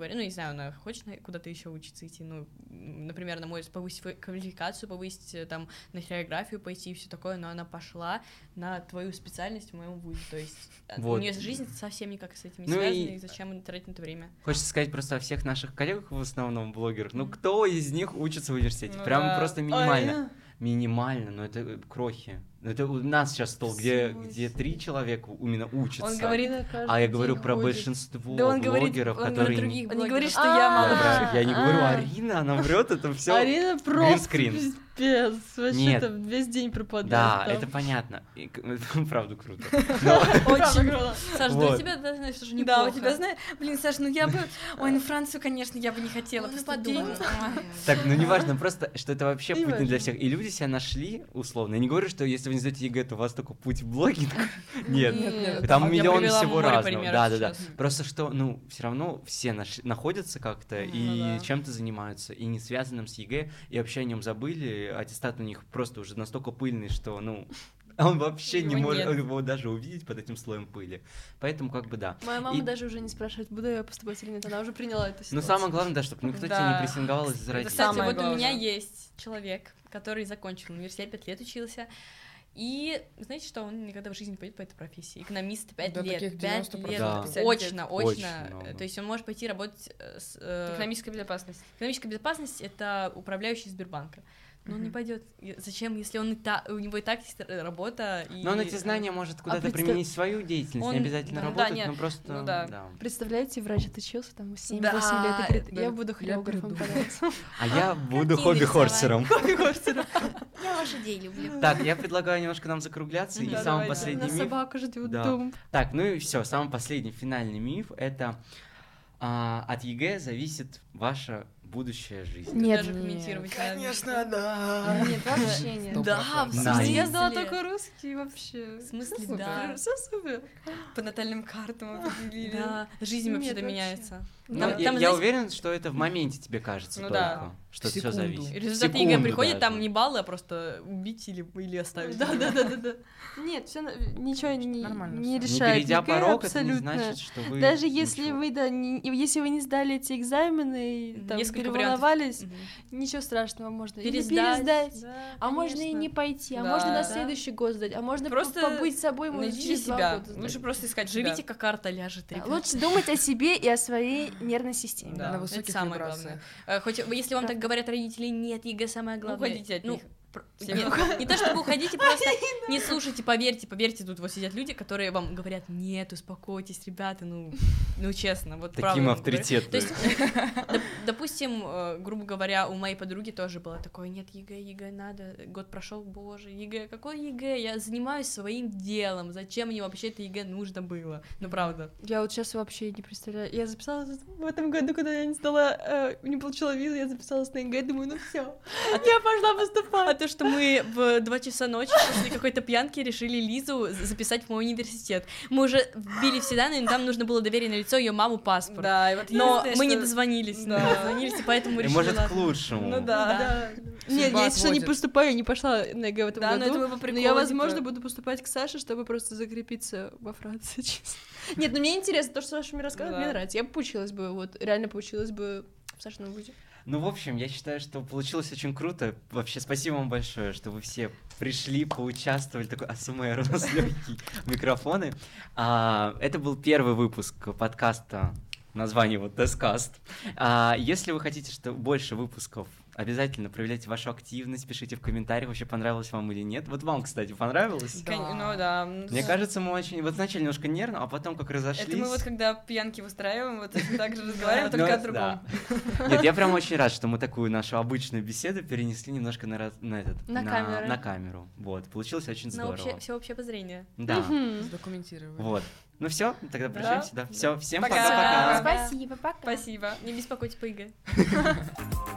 знаю, она хочет на- куда-то еще учиться идти, ну, м, например, на мой взгляд, повысить свою квалификацию, повысить э, там на хореографию пойти и все такое, но она пошла на твою специальность в моем вузе, то есть э, Вот. у нее жизнь совсем никак с этим не Ну связана, и- и зачем тратить на это время? Хочется сказать просто о всех наших коллегах, в основном блогерах, ну кто из них учится в университете? Ну Прям да. просто минимально. Минимально, но это э, крохи. Ну, это у нас сейчас стол, где, где три человека именно учатся. Он говорит, А я говорю про большинство да он говорит, блогеров, он которые... говорит не- других Он не говорит, блогеров. что я Я, мало про- я не говорю А. Арина, она врет, это все Арина просто гринскрин. пипец, вообще Нет. там весь день пропадает. Да, там. это понятно. И к- это правда круто. Но- Очень круто. Саш, да Вот. у тебя, да, знаешь, тоже Да, неплохо. у тебя, знаешь, блин, Саш, ну я бы... Ой, ну Францию, конечно, я бы не хотела. Ну, просто подумай. день. Так, ну неважно, просто, что это вообще Не путь не для важно. всех. И люди себя нашли, условно. Я не говорю, что если вы не сдаете ЕГЭ, то у вас только путь в блогинг. Нет. Нет, нет, Там Я миллион привела всего море разного. примеров Да, да, да. сейчас. Просто что, ну, все равно все наш- находятся как-то и да. чем-то занимаются, и не связанным с ЕГЭ, и вообще о нем забыли. Аттестат у них просто уже настолько пыльный, что, ну, он вообще не Его может нет. его даже увидеть под этим слоем пыли. Поэтому как бы да. Моя мама И- даже уже не спрашивает, буду я поступать или нет, она уже приняла эту Но ситуацию. самое главное, да, чтобы никто тебе Да. не прессинговал из-за родителей. Кстати, Самое вот у меня главное. есть человек, который закончил университет, пять лет учился, и знаете, что он никогда в жизни не пойдет по этой профессии. Экономист пять Да, лет, таких пять девяносто лет, процентов. Да. очно, Очень очно. много. То есть он может пойти работать э, с... э, Экономическая безопасность. Экономическая безопасность — это управляющий Сбербанка. Но он не Мгм. пойдет. Зачем, если он и та, у него и так есть э, работа и... Но он эти знания может куда-то представь- применить в свою деятельность, Он- не обязательно да, да, работать, нет, но просто... ну да. Представляете, врач отучился там семь-восемь Да, лет и говорит, да, я буду я хореографом приду. податься. А я буду Картины хобби-хорсером. Я лошадей люблю. Так, я предлагаю немножко нам закругляться, и Да, самый давайте. последний Нас миф... собака ждет Да. дома. Так, ну и все, самый последний финальный миф — это а, от ЕГЭ зависит ваша будущая жизнь. Нет, Даже нет. комментировать не надо. Конечно, да. Нет, вообще нет. Сто Да, процентов. в Да, смысле? Я знала Если- только русский вообще. В смысле, Всё да. супер, всё супер. По натальным картам определили. Да, жизнь Нет, вообще-то вообще. меняется. Ну, Там- я, там, я знаете, уверен, что это в моменте тебе кажется Ну только, да. что все Секунду. зависит. результаты Секунду ЕГЭ приходят, даже. там не баллы, а просто убить или, или оставить. Да, да, да, да, да. Нет, все ничего не, Нормально не всё. Не решает. перейдя ЕГЭ порог, это не абсолютно. значит, что вы... Даже если ничего. вы, да, не- если вы не сдали эти экзамены, и там, Несколько переволновались, Мгм. ничего страшного, можно или Пересдать. пересдать, Да, а можно и конечно. не пойти, а Да. можно на Да. следующий год сдать, а можно Просто просто побыть собой, может, Найдите через два себя. года сдать. Лучше просто искать Живите, себя. как карта ляжет, Да, ребят. лучше думать о себе и о своей нервной системе. Да. На это высоких самое вибрациях. Э, Хоть если вам так Правда. говорят родители, нет, ЕГЭ самое главное. Уходите от Ну, них. пр- Всех. нет, не то чтобы уходите, просто не слушайте, поверьте, поверьте, тут вот сидят люди, которые вам говорят, нет, успокойтесь, ребята, ну, ну честно, вот правда Таким вам говорю. авторитетным. То есть, доп- допустим, э, грубо говоря, у моей подруги тоже было такое, нет, ЕГЭ, ЕГЭ надо, год прошел, боже, ЕГЭ, какой ЕГЭ, я занимаюсь своим делом, зачем мне вообще это ЕГЭ нужно было, ну правда. Я вот сейчас вообще не представляю. Я записалась в этом году, когда я не сдала, э, не получила визу, я записалась на ЕГЭ, думаю, ну все, я пошла поступать. А то, что мы в два часа ночи после какой-то пьянки решили Лизу з- записать в мой университет. Мы уже вбили все данные, но там нужно было доверенное лицо, ее маму, паспорт. Да, и вот Но единственное, мы не что- дозвонились, Да. не дозвонились, и поэтому И решили, может, к ладно. лучшему. Ну да. Нет, Судьба я если что не отводит. поступаю, я не пошла на ЕГЭ в этом Да, но году. это мы по Но я, приколу, возможно, типа. буду поступать к Саше, чтобы просто закрепиться во Франции, честно. Нет, ну мне интересно, то, что Саша мне рассказывает, Да. мне нравится. Я бы поучилась бы, вот, реально поучилась бы в Сашином вузе. Ну, в общем, я считаю, что получилось очень круто. Вообще, спасибо вам большое, что вы все пришли, поучаствовали, такой АСМР у нас легкий, микрофоны. А, это был первый выпуск подкаста, название вот Тесткаст. А, если вы хотите, что больше выпусков, обязательно проявляйте вашу активность, пишите в комментариях, вообще понравилось вам или нет. Вот вам, кстати, понравилось? Кон- Ну да. Мне кажется, мы очень... Вот сначала немножко нервно, а потом как разошлись... Это мы вот когда пьянки устраиваем, вот точно так же разговариваем, Ну, только о да. другом. Нет, я прям очень рад, что мы такую нашу обычную беседу перенесли немножко на, раз- на этот... На камеру. На камеру. Вот, получилось очень На здорово. общее, всеобщее обозрение. Да, Задокументировали. вот. Ну все, тогда Да. прощаемся, да. Все, всем Пока. пока-пока. Спасибо, пока. Спасибо. Не беспокойтесь по ЕГЭ.